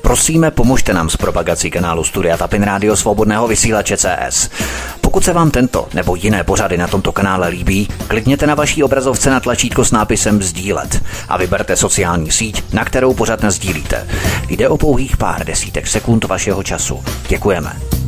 Prosíme, pomožte nám s propagací kanálu Studia Tapin Rádio Svobodného vysílače CS. Pokud se vám tento nebo jiné pořady na tomto kanále líbí, klikněte na vaší obrazovce na tlačítko s nápisem sdílet a vyberte sociální síť, na kterou pořad nasdílíte. Jde o pouhých pár desítek sekund vašeho času. Děkujeme.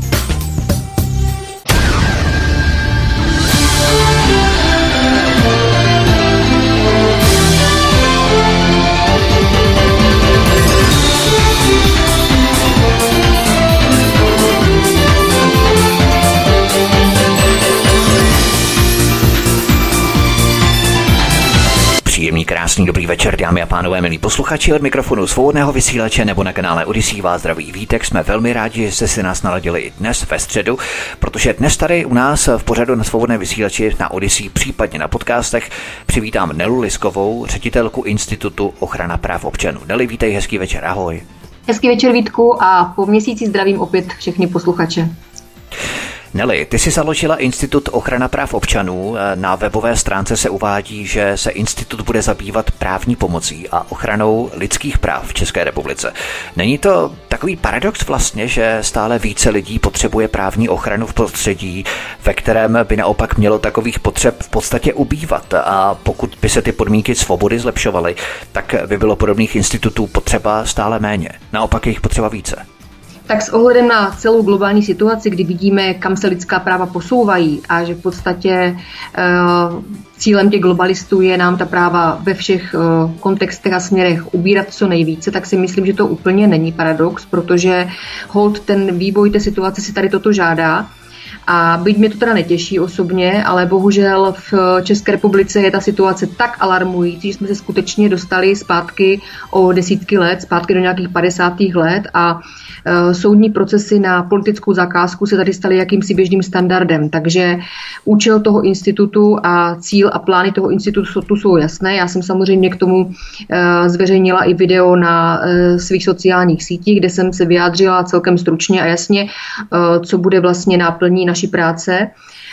Příjemný, krásný, dobrý večer, dámy a pánové, milí posluchači, od mikrofonu Svobodného vysílače nebo na kanále Odyssey vás zdraví Vítek. Jsme velmi rádi, že jste si nás naladili i dnes ve středu, protože dnes tady u nás v pořadu na Svobodné vysílači na Odyssey, případně na podcastech, přivítám Nelu Liskovou, ředitelku Institutu ochrana práv občanů. Neli, vítej, hezký večer, ahoj. Hezký večer, Vítku, a po měsíci zdravím opět všechny posluchače. Neli, ty jsi založila Institut ochrana práv občanů. Na webové stránce se uvádí, že se institut bude zabývat právní pomocí a ochranou lidských práv v České republice. Není to takový paradox vlastně, že stále více lidí potřebuje právní ochranu v prostředí, ve kterém by naopak mělo takových potřeb v podstatě ubývat, a pokud by se ty podmínky svobody zlepšovaly, tak by bylo podobných institutů potřeba stále méně. Naopak je jich potřeba více. Tak s ohledem na celou globální situaci, kdy vidíme, kam se lidská práva posouvají a že v podstatě cílem těch globalistů je nám ta práva ve všech kontextech a směrech ubírat co nejvíce, tak si myslím, že to úplně není paradox, protože holt ten vývoj té situace si tady toto žádá. A byť mě to teda netěší osobně, ale bohužel v České republice je ta situace tak alarmující, že jsme se skutečně dostali zpátky o desítky let, zpátky do nějakých 50. let a soudní procesy na politickou zakázku se tady staly jakýmsi běžným standardem. Takže účel toho institutu a cíl a plány toho institutu jsou jasné. Já jsem samozřejmě k tomu zveřejnila i video na svých sociálních sítích, kde jsem se vyjádřila celkem stručně a jasně, co bude vlastně náplní naší práce.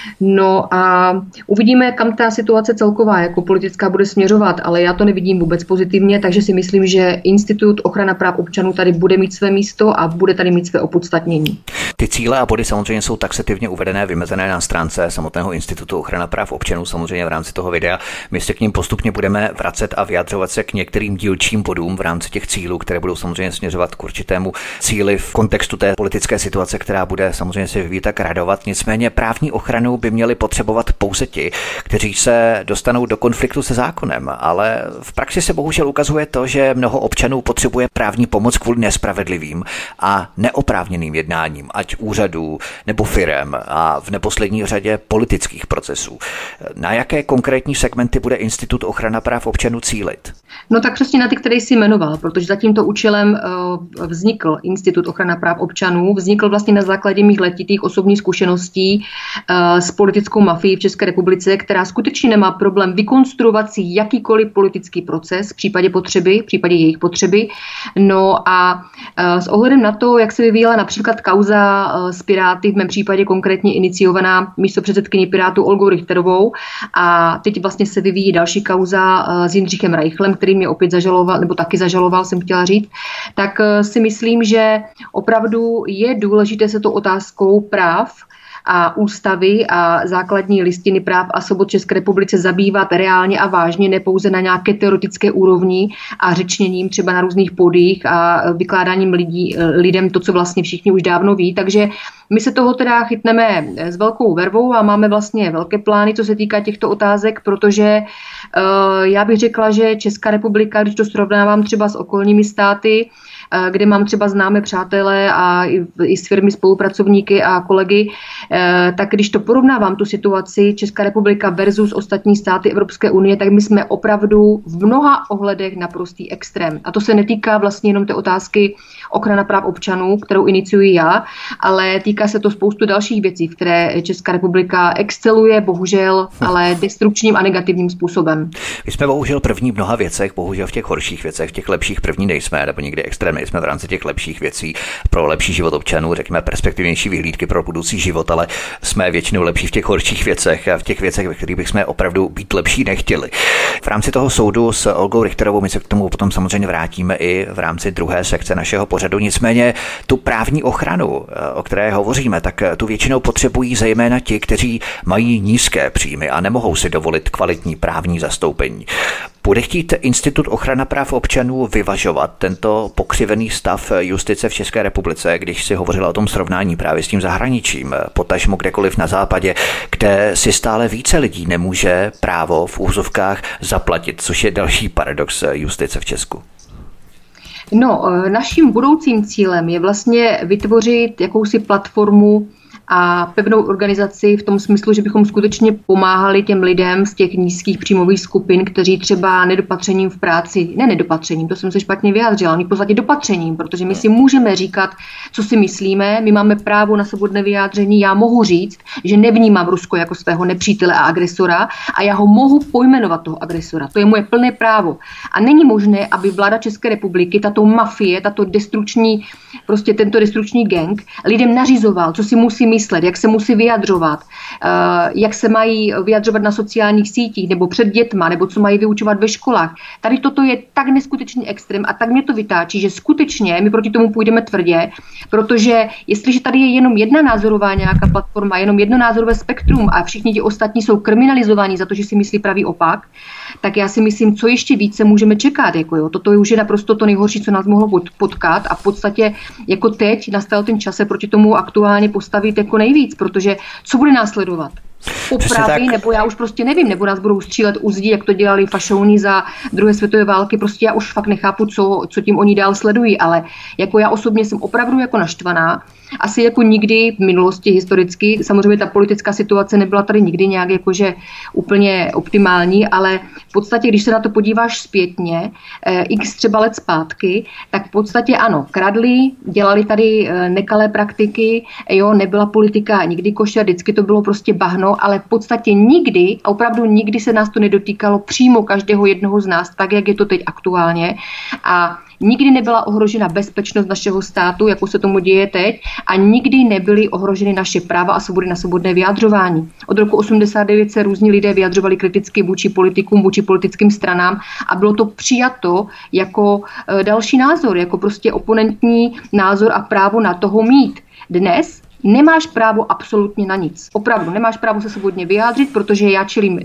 No a uvidíme, kam ta situace celková jako politická bude směřovat, ale já to nevidím vůbec pozitivně, takže si myslím, že Institut ochrana práv občanů tady bude mít své místo a bude tady mít své opodstatnění. Ty cíle a body samozřejmě jsou taxativně uvedené, vymezené na stránce samotného Institutu ochrana práv občanů, samozřejmě v rámci toho videa. My se k ním postupně budeme vracet a vyjadřovat se k některým dílčím bodům v rámci těch cílů, které budou samozřejmě směřovat k určitému cíli v kontextu té politické situace, která bude samozřejmě se vyvíjet tak radovat. Nicméně právní ochranu by měli potřebovat pouze ti, kteří se dostanou do konfliktu se zákonem, ale v praxi se bohužel ukazuje to, že mnoho občanů potřebuje právní pomoc kvůli nespravedlivým a neoprávněným jednáním, ať úřadů nebo firem a v neposlední řadě politických procesů. Na jaké konkrétní segmenty bude Institut ochrana práv občanů cílit? No tak přesně na ty, které jsi jmenoval, protože za tímto účelem vznikl Institut ochrana práv občanů, vznikl vlastně na základě mých letitých osobních zkušeností s politickou mafií v České republice, která skutečně nemá problém vykonstruovat si jakýkoliv politický proces v případě potřeby, v případě jejich potřeby. No a s ohledem na to, jak se vyvíjela například kauza s Piráty, v mém případě konkrétně iniciovaná místopředsedkyní Pirátů Olgou Richterovou, a teď vlastně se vyvíjí další kauza s Jindřichem Reichlem, který mě opět zažaloval, nebo taky zažaloval, jsem chtěla říct, tak si myslím, že opravdu je důležité se tou otázkou práv a ústavy a základní listiny práv a svobod České republice zabývat reálně a vážně, ne pouze na nějaké teoretické úrovni a řečněním třeba na různých pódiích a vykládáním lidem to, co vlastně všichni už dávno ví. Takže my se toho teda chytneme s velkou vervou a máme vlastně velké plány, co se týká těchto otázek, protože já bych řekla, že Česká republika, když to srovnávám třeba s okolními státy, kde mám třeba známé přátelé a i s firmy spolupracovníky a kolegy, tak když to porovnávám tu situaci Česká republika versus ostatní státy Evropské unie, tak my jsme opravdu v mnoha ohledech naprostý extrém. A to se netýká vlastně jenom té otázky ochrana práv občanů, kterou iniciuji já, ale týká týká se to spoustu dalších věcí, v které Česká republika exceluje, bohužel, ale destrukčním a negativním způsobem. My jsme bohužel první v mnoha věcech, bohužel v těch horších věcech, v těch lepších první nejsme, nebo někdy extrémně jsme v rámci těch lepších věcí pro lepší život občanů, řekněme perspektivnější vyhlídky pro budoucí život, ale jsme většinou lepší v těch horších věcech a v těch věcech, ve kterých bychom opravdu být lepší nechtěli. V rámci toho soudu s Olgou Richterovou my se k tomu potom samozřejmě vrátíme i v rámci druhé sekce našeho pořadu. Nicméně tu právní ochranu, o které hovoříme, tak tu většinou potřebují zejména ti, kteří mají nízké příjmy a nemohou si dovolit kvalitní právní zastoupení. Bude chtít Institut ochrana práv občanů vyvažovat tento pokřivený stav justice v České republice, když si hovořila o tom srovnání právě s tím zahraničím, potažmo kdekoliv na západě, kde si stále více lidí nemůže právo v úzovkách zaplatit, což je další paradox justice v Česku? No, naším budoucím cílem je vlastně vytvořit jakousi platformu a pevnou organizaci v tom smyslu, že bychom skutečně pomáhali těm lidem z těch nízkých příjmových skupin, kteří třeba nedopatřením v práci, ne nedopatřením, to jsem se špatně vyjádřila, oni v podstatě dopatřením, protože my si můžeme říkat, co si myslíme, my máme právo na svobodné vyjádření, já mohu říct, že nevnímám Rusko jako svého nepřítele a agresora a já ho mohu pojmenovat toho agresora. To je moje plné právo. A není možné, aby vláda České republiky, tato mafie, tento destrukční gang lidem nařizoval, co si musí myslet, jak se musí vyjadřovat, jak se mají vyjadřovat na sociálních sítích nebo před dětma, nebo co mají vyučovat ve školách. Tady toto je tak neskutečný extrém a tak mě to vytáčí, že skutečně my proti tomu půjdeme tvrdě, protože jestliže tady je jenom jedna názorová nějaká platforma, jenom jedno názorové spektrum a všichni ti ostatní jsou kriminalizováni za to, že si myslí pravý opak, tak já si myslím, co ještě více můžeme čekat. Toto je už naprosto to nejhorší, co nás mohlo potkat a v podstatě jako teď nastal ten čas se proti tomu aktuálně postavit jako nejvíc, protože co bude následovat? Popravy, nebo já už prostě nevím, nebo nás budou střílet u zdí, jak to dělali fašouni za druhé světové války, prostě já už fakt nechápu, co tím oni dál sledují, ale jako já osobně jsem opravdu jako naštvaná, asi jako nikdy v minulosti historicky, samozřejmě ta politická situace nebyla tady nikdy nějak jakože úplně optimální, ale v podstatě, když se na to podíváš zpětně, x třeba let zpátky, tak v podstatě ano, kradli, dělali tady nekalé praktiky, nebyla politika nikdy košer, vždycky to bylo prostě bahno, ale v podstatě nikdy, a opravdu nikdy se nás to nedotýkalo přímo každého jednoho z nás, tak jak je to teď aktuálně a nikdy nebyla ohrožena bezpečnost našeho státu, jako se tomu děje teď, a nikdy nebyly ohroženy naše práva a svobody na svobodné vyjadřování. Od roku 89 se různí lidé vyjadřovali kriticky vůči politikům, vůči politickým stranám a bylo to přijato jako další názor, jako prostě oponentní názor a právo na toho mít. Dnes nemáš právo absolutně na nic. Opravdu nemáš právo se svobodně vyjádřit, protože já čelím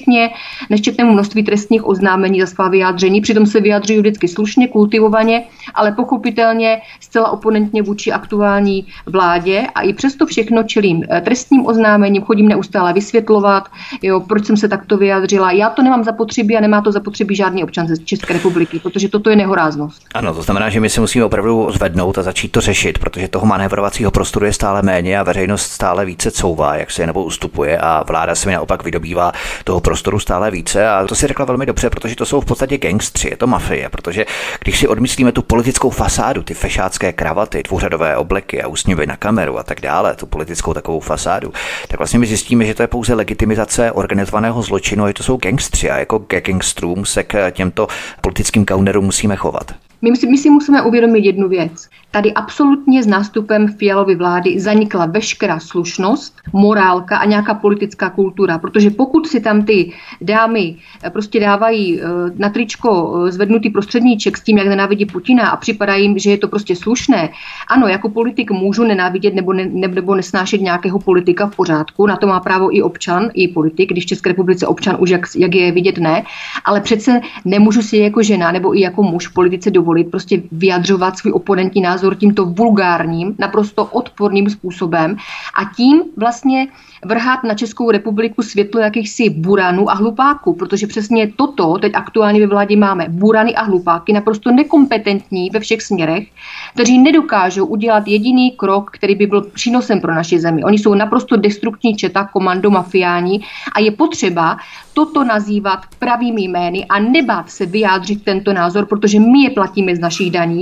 nesčetnému množství trestních oznámení za svá vyjádření, přitom se vyjadřují vždycky slušně, kultivovaně, ale pochopitelně zcela oponentně vůči aktuální vládě a i přesto všechno čelím trestním oznámením, chodím neustále vysvětlovat, proč jsem se takto vyjádřila. Já to nemám zapotřebí a nemá to zapotřebí žádný občan ze České republiky, protože toto je nehoráznost. Ano, to znamená, že my se musíme opravdu zvednout a začít to řešit, protože toho manévrovacího prostoru je stále méně a veřejnost stále více couvá, jak se nebo ustupuje a vláda se mi naopak vydobývá toho prostoru stále více a to si řekla velmi dobře, protože to jsou v podstatě gangstři, je to mafie, protože když si odmyslíme tu politickou fasádu, ty fešácké kravaty, dvouřadové obleky a úsměvy na kameru a tak dále, tu politickou takovou fasádu, tak vlastně my zjistíme, že to je pouze legitimizace organizovaného zločinu a že to jsou gangstři a jako ke gangstrům se k těmto politickým kaunerům musíme chovat. My si musíme uvědomit jednu věc. Tady absolutně s nástupem Fialovy vlády zanikla veškerá slušnost, morálka a nějaká politická kultura, protože pokud si tam ty dámy prostě dávají na tričko zvednutý prostředníček s tím, jak nenávidí Putina a připadá jim, že je to prostě slušné, ano, jako politik můžu nenávidět nebo nesnášet nějakého politika v pořádku, na to má právo i občan, i politik, když v České republice občan už jak je vidět ne, ale přece nemůžu si jako žena nebo i jako muž v politice dovolit prostě vyjadřovat svůj oponentní názor tímto vulgárním, naprosto odporným způsobem a tím vlastně vrhat na Českou republiku světlo jakýchsi buranů a hlupáků, protože přesně toto teď aktuálně ve vládě máme. Burany a hlupáky, naprosto nekompetentní ve všech směrech, kteří nedokážou udělat jediný krok, který by byl přínosem pro naši zemi. Oni jsou naprosto destrukční četa, komando, mafiáni a je potřeba toto nazývat pravými jmény a nebát se vyjádřit tento názor, protože my je platíme z našich daní.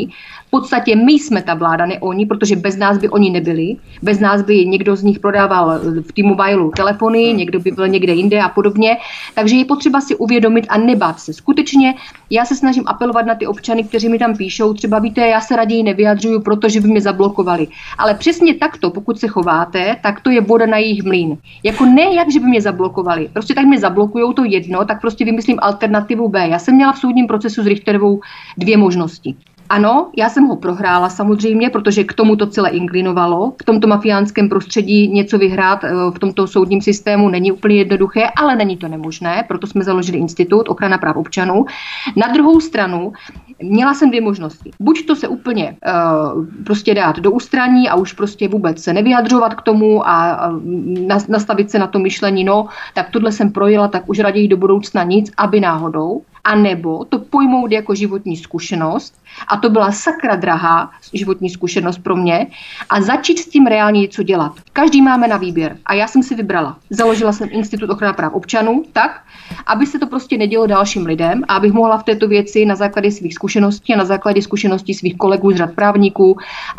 V podstatě my jsme ta vláda, ne oni, protože bez nás by oni nebyli. Bez nás by někdo z nich prodával v T-Mobilu telefony, někdo by byl někde jinde a podobně. Takže je potřeba si uvědomit a nebát se. Skutečně já se snažím apelovat na ty občany, kteří mi tam píšou, třeba víte, já se raději nevyjadřuju, protože by mě zablokovali. Ale přesně takto, pokud se chováte, tak to je voda na jejich mlýn. Jako ne, jak že by mě zablokovali. Prostě tak mě zablokujou to jedno, tak prostě vymyslím alternativu B. Já jsem měla v soudním procesu s Richterovou 2 možnosti. Ano, já jsem ho prohrála samozřejmě, protože k tomu to celé inklinovalo. V tomto mafiánském prostředí něco vyhrát v tomto soudním systému není úplně jednoduché, ale není to nemožné, proto jsme založili Institut ochrana práv občanů. Na druhou stranu měla jsem 2 možnosti. Buď to se úplně prostě dát do ústraní a už prostě vůbec se nevyjadřovat k tomu a nastavit se na to myšlení, no, tak tohle jsem projela, tak už raději do budoucna nic, aby náhodou. A nebo to pojmout jako životní zkušenost, a to byla sakra drahá životní zkušenost pro mě, a začít s tím reálně něco dělat. Každý máme na výběr a já jsem si vybrala. Založila jsem Institut ochrana práv občanů tak, aby se to prostě nedělo dalším lidem a abych mohla v této věci na základě svých zkušeností a na základě zkušeností svých kolegů z řad právníků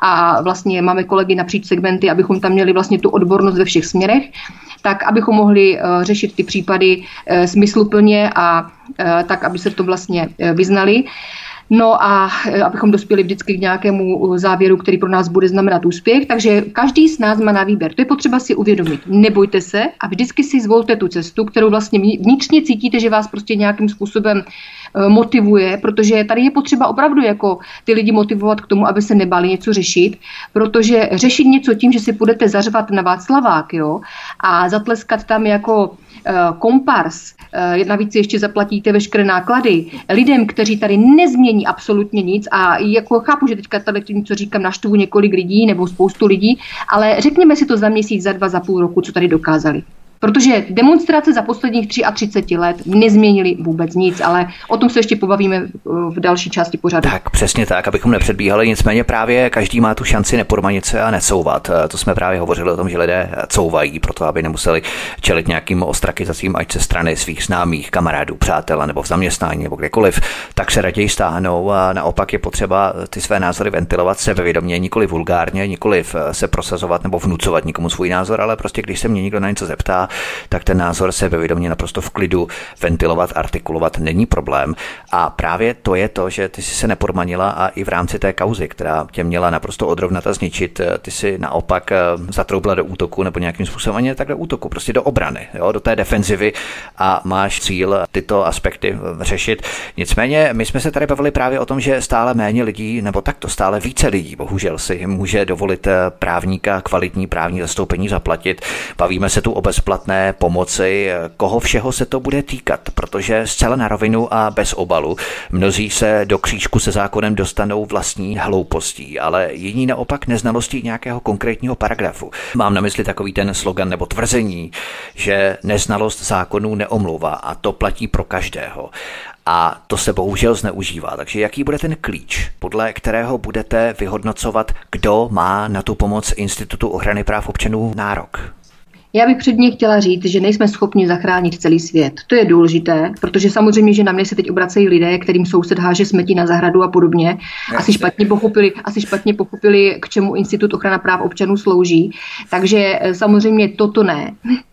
a vlastně máme kolegy napříč segmenty, abychom tam měli vlastně tu odbornost ve všech směrech, tak abychom mohli řešit ty případy smysluplně a tak, aby se to vlastně vyznali. No a abychom dospěli vždycky k nějakému závěru, který pro nás bude znamenat úspěch. Takže každý z nás má na výběr. To je potřeba si uvědomit. Nebojte se a vždycky si zvolte tu cestu, kterou vlastně vnitřně cítíte, že vás prostě nějakým způsobem motivuje, protože tady je potřeba opravdu jako ty lidi motivovat k tomu, aby se nebáli něco řešit, protože řešit něco tím, že si půjdete zařvat na Václavák, jo, a zatleskat tam jako kompars, navíc ještě zaplatíte veškeré náklady lidem, kteří tady nezmění absolutně nic a jako chápu, že teďka tady tím, co říkám, naštvu několik lidí nebo spoustu lidí, ale řekněme si to za měsíc, za 2, za půl roku, co tady dokázali. Protože demonstrace za posledních 33 let nezměnily vůbec nic, ale o tom se ještě pobavíme v další části pořadu. Tak, přesně tak, abychom nepředbíhali, nicméně právě každý má tu šanci nepodmanit se a necouvat. To jsme právě hovořili o tom, že lidé couvají proto, aby nemuseli čelit nějakým ostrakizacím, ať ze strany svých známých, kamarádů, přátel nebo v zaměstnání nebo kdekoliv, tak se raději stáhnou a naopak je potřeba ty své názory ventilovat sebevědomě, nikoli vulgárně, nikoli se prosazovat nebo vnucovat nikomu svůj názor, ale prostě když se mě někdo na něco zeptá, tak ten názor sebevědomě naprosto v klidu ventilovat, artikulovat není problém. A právě to je to, že ty jsi se nepodmanila a i v rámci té kauzy, která tě měla naprosto odrovnat a zničit, ty si naopak zatroubila do útoku nebo nějakým způsobem ani tak do útoku, prostě do obrany, jo, do té defenzivy a máš cíl tyto aspekty řešit. Nicméně my jsme se tady bavili právě o tom, že stále méně lidí, nebo takto stále více lidí, bohužel si může dovolit právníka, kvalitní právní zastoupení zaplatit. Bavíme se tu o bezplatné pomoci, koho všeho se to bude týkat, protože zcela na rovinu a bez obalu mnozí se do křížku se zákonem dostanou vlastní hloupostí, ale jiní naopak neznalostí nějakého konkrétního paragrafu. Mám na mysli takový ten slogan nebo tvrzení, že neznalost zákonů neomlouvá a to platí pro každého. A to se bohužel zneužívá. Takže jaký bude ten klíč, podle kterého budete vyhodnocovat, kdo má na tu pomoc Institutu ochrany práv občanů nárok? Já bych předně chtěla říct, že nejsme schopni zachránit celý svět. To je důležité, protože samozřejmě, že na mě se teď obracejí lidé, kterým soused háže smetí na zahradu a podobně. Asi špatně pochopili, k čemu Institut ochrana práv občanů slouží. Takže samozřejmě toto ne.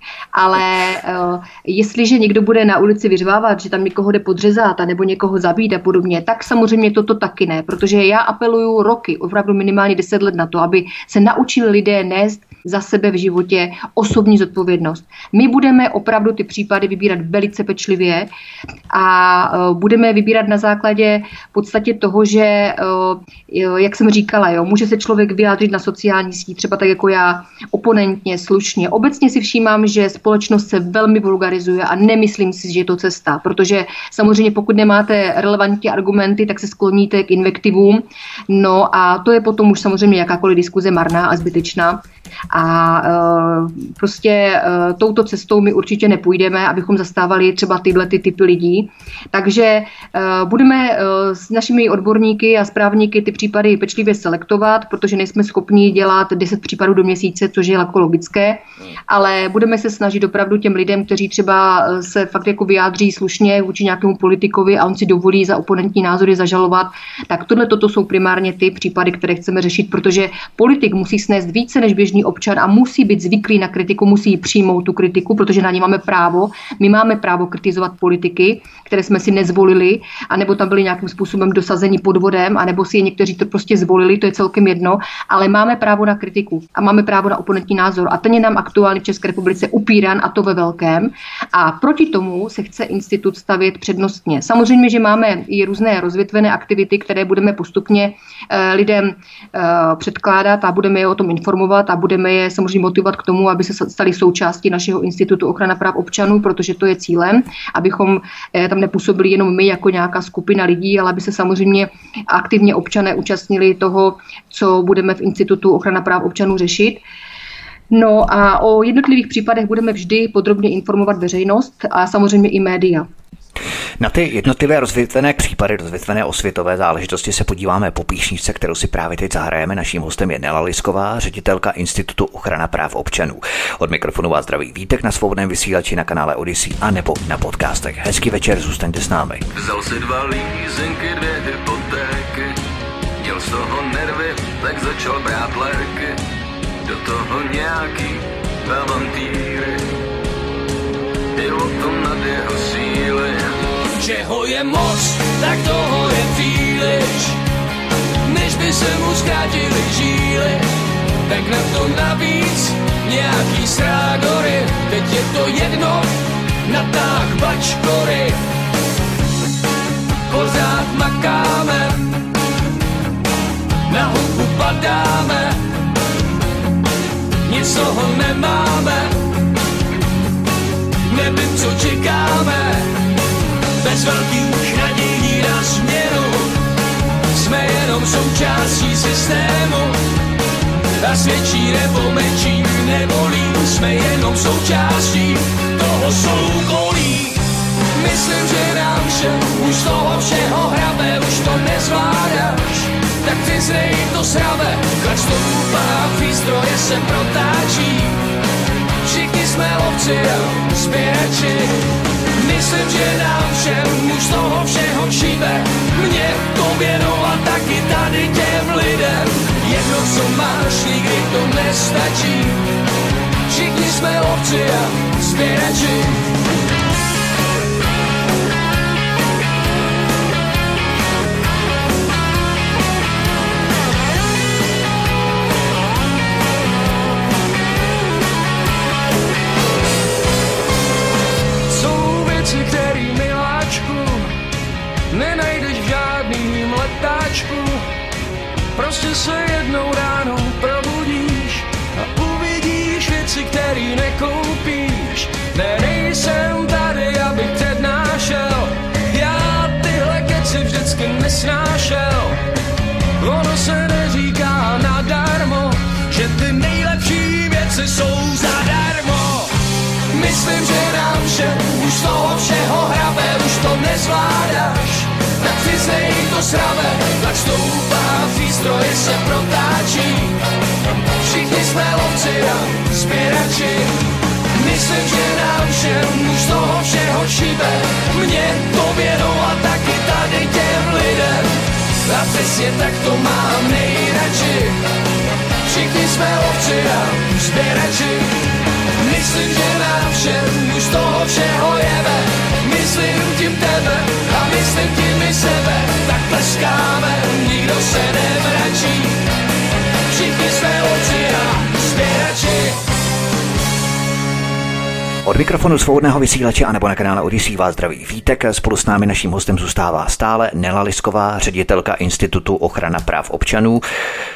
Ale jestliže někdo bude na ulici vyřvávat, že tam někoho jde podřezat a nebo někoho zabít a podobně, tak samozřejmě toto taky ne. Protože já apeluju roky, opravdu minimálně 10 let na to, aby se naučili lidé nést za sebe v životě osobní zodpovědnost. My budeme opravdu ty případy vybírat velice pečlivě a budeme vybírat na základě v podstatě toho, že, jak jsem říkala, jo, může se člověk vyjádřit na sociální síti, třeba tak jako já, oponentně, slušně. Obecně si všímám, že společnost se velmi vulgarizuje a nemyslím si, že je to cesta, protože samozřejmě pokud nemáte relevantní argumenty, tak se skloníte k invektivům, no a to je potom už samozřejmě jakákoliv diskuze marná a zbytečná. A prostě touto cestou my určitě nepůjdeme, abychom zastávali třeba tyhle typy lidí. Takže budeme s našimi odborníky a správníky ty případy pečlivě selektovat, protože nejsme schopni dělat 10 případů do měsíce, což je jako logické, ale budeme se snažit opravdu těm lidem, kteří třeba se fakt jako vyjádří slušně vůči nějakému politikovi a on si dovolí za oponentní názory zažalovat, tak toto jsou primárně ty případy, které chceme řešit, protože politik musí snést více než běžný občan a musí být zvyklý na kritiku, musí přijmout tu kritiku, protože na ní máme právo. My máme právo kritizovat politiky, které jsme si nezvolili, anebo tam byli nějakým způsobem dosazeni podvodem, anebo si je někteří to prostě zvolili, to je celkem jedno, ale máme právo na kritiku a máme právo na oponentní názor a ten je nám aktuálně v České republice upírán a to ve velkém. A proti tomu se chce institut stavět přednostně. Samozřejmě, že máme i různé rozvětvené aktivity, které budeme postupně lidem předkládat a budeme je o tom informovat a budeme je samozřejmě motivovat k tomu, aby se stali součástí našeho institutu ochrana práv občanů, protože to je cílem, abychom tam nepůsobili jenom my jako nějaká skupina lidí, ale aby se samozřejmě aktivně občané účastnili toho, co budeme v institutu ochrana práv občanů řešit. No a o jednotlivých případech budeme vždy podrobně informovat veřejnost a samozřejmě i média. Na ty jednotlivé rozvětvené případy, rozvětvené osvětové záležitosti se podíváme po píšničce, kterou si právě teď zahrajeme. Naším hostem je Nela Lisková, ředitelka Institutu ochrana práv občanů. Od mikrofonu vás zdraví Vítek na svobodném vysílači na kanále Odyssey a nebo na podcastech. Hezký večer, zůstaňte s námi. Vzal si 2 lízenky, 2 hypotéky, měl z toho nervy, tak začal brát léky, do toho nějaký avantýry, je o tom nad jeho síly. Čeho je moc, tak toho je příliš, než by se mu zkrátili žíly, tak na to navíc nějaký srágory, teď je to jedno, natáh bačkory. Pořád makáme, na hubu padáme, nic toho nemáme, nevím, co čekáme, bez velkých nadějí na změnu, jsme jenom součástí systému a svědčí nebo mečí nevolí, jsme jenom součástí toho soukolí. Myslím, že nám všem už toho všeho hrabe, už to nezvládáš, tak přiznej to srabe, klad stoupá, přístroje se protáčí, všichni jsme lovci a sběrači. Myslím, že nám všem už toho všeho šíbe, mě tobě no a taky tady těm lidem, jedno co máš, nikdy to nestačí, všichni jsme lovci a sběrači. Nenajdeš v žádným letáčku, prostě se jednou ráno probudíš a uvidíš věci, který nekoupíš. Ne, nejsem tady, abych přednášel, já tyhle keci vždycky nesnášel. Ono se neříká nadarmo, že ty nejlepší věci jsou zadarmo. Myslím, že nám všem už toho všeho hrabe, už to nezvládáš, tak přiznej to srabe, tak stoupá, přístroje se protáčí, všichni jsme lovci a sběrači. Myslím, že nám všem už toho všeho šíbe, mě tobě no a taky tady těm lidem, a přesně tak to mám nejradši, všichni jsme lovci a sběrači. Myslím, že nám všem už toho všeho jebe, myslím tím tebe a myslím tím i sebe, tak tleskáme, nikdo se nevračí, všichni jsme lovci a sběrači. Od mikrofonu svobodného vysílače a nebo na kanále Odyssey vás zdraví Vítek. Spolu s námi naším hostem zůstává stále Nela Lisková, ředitelka Institutu ochrana práv občanů.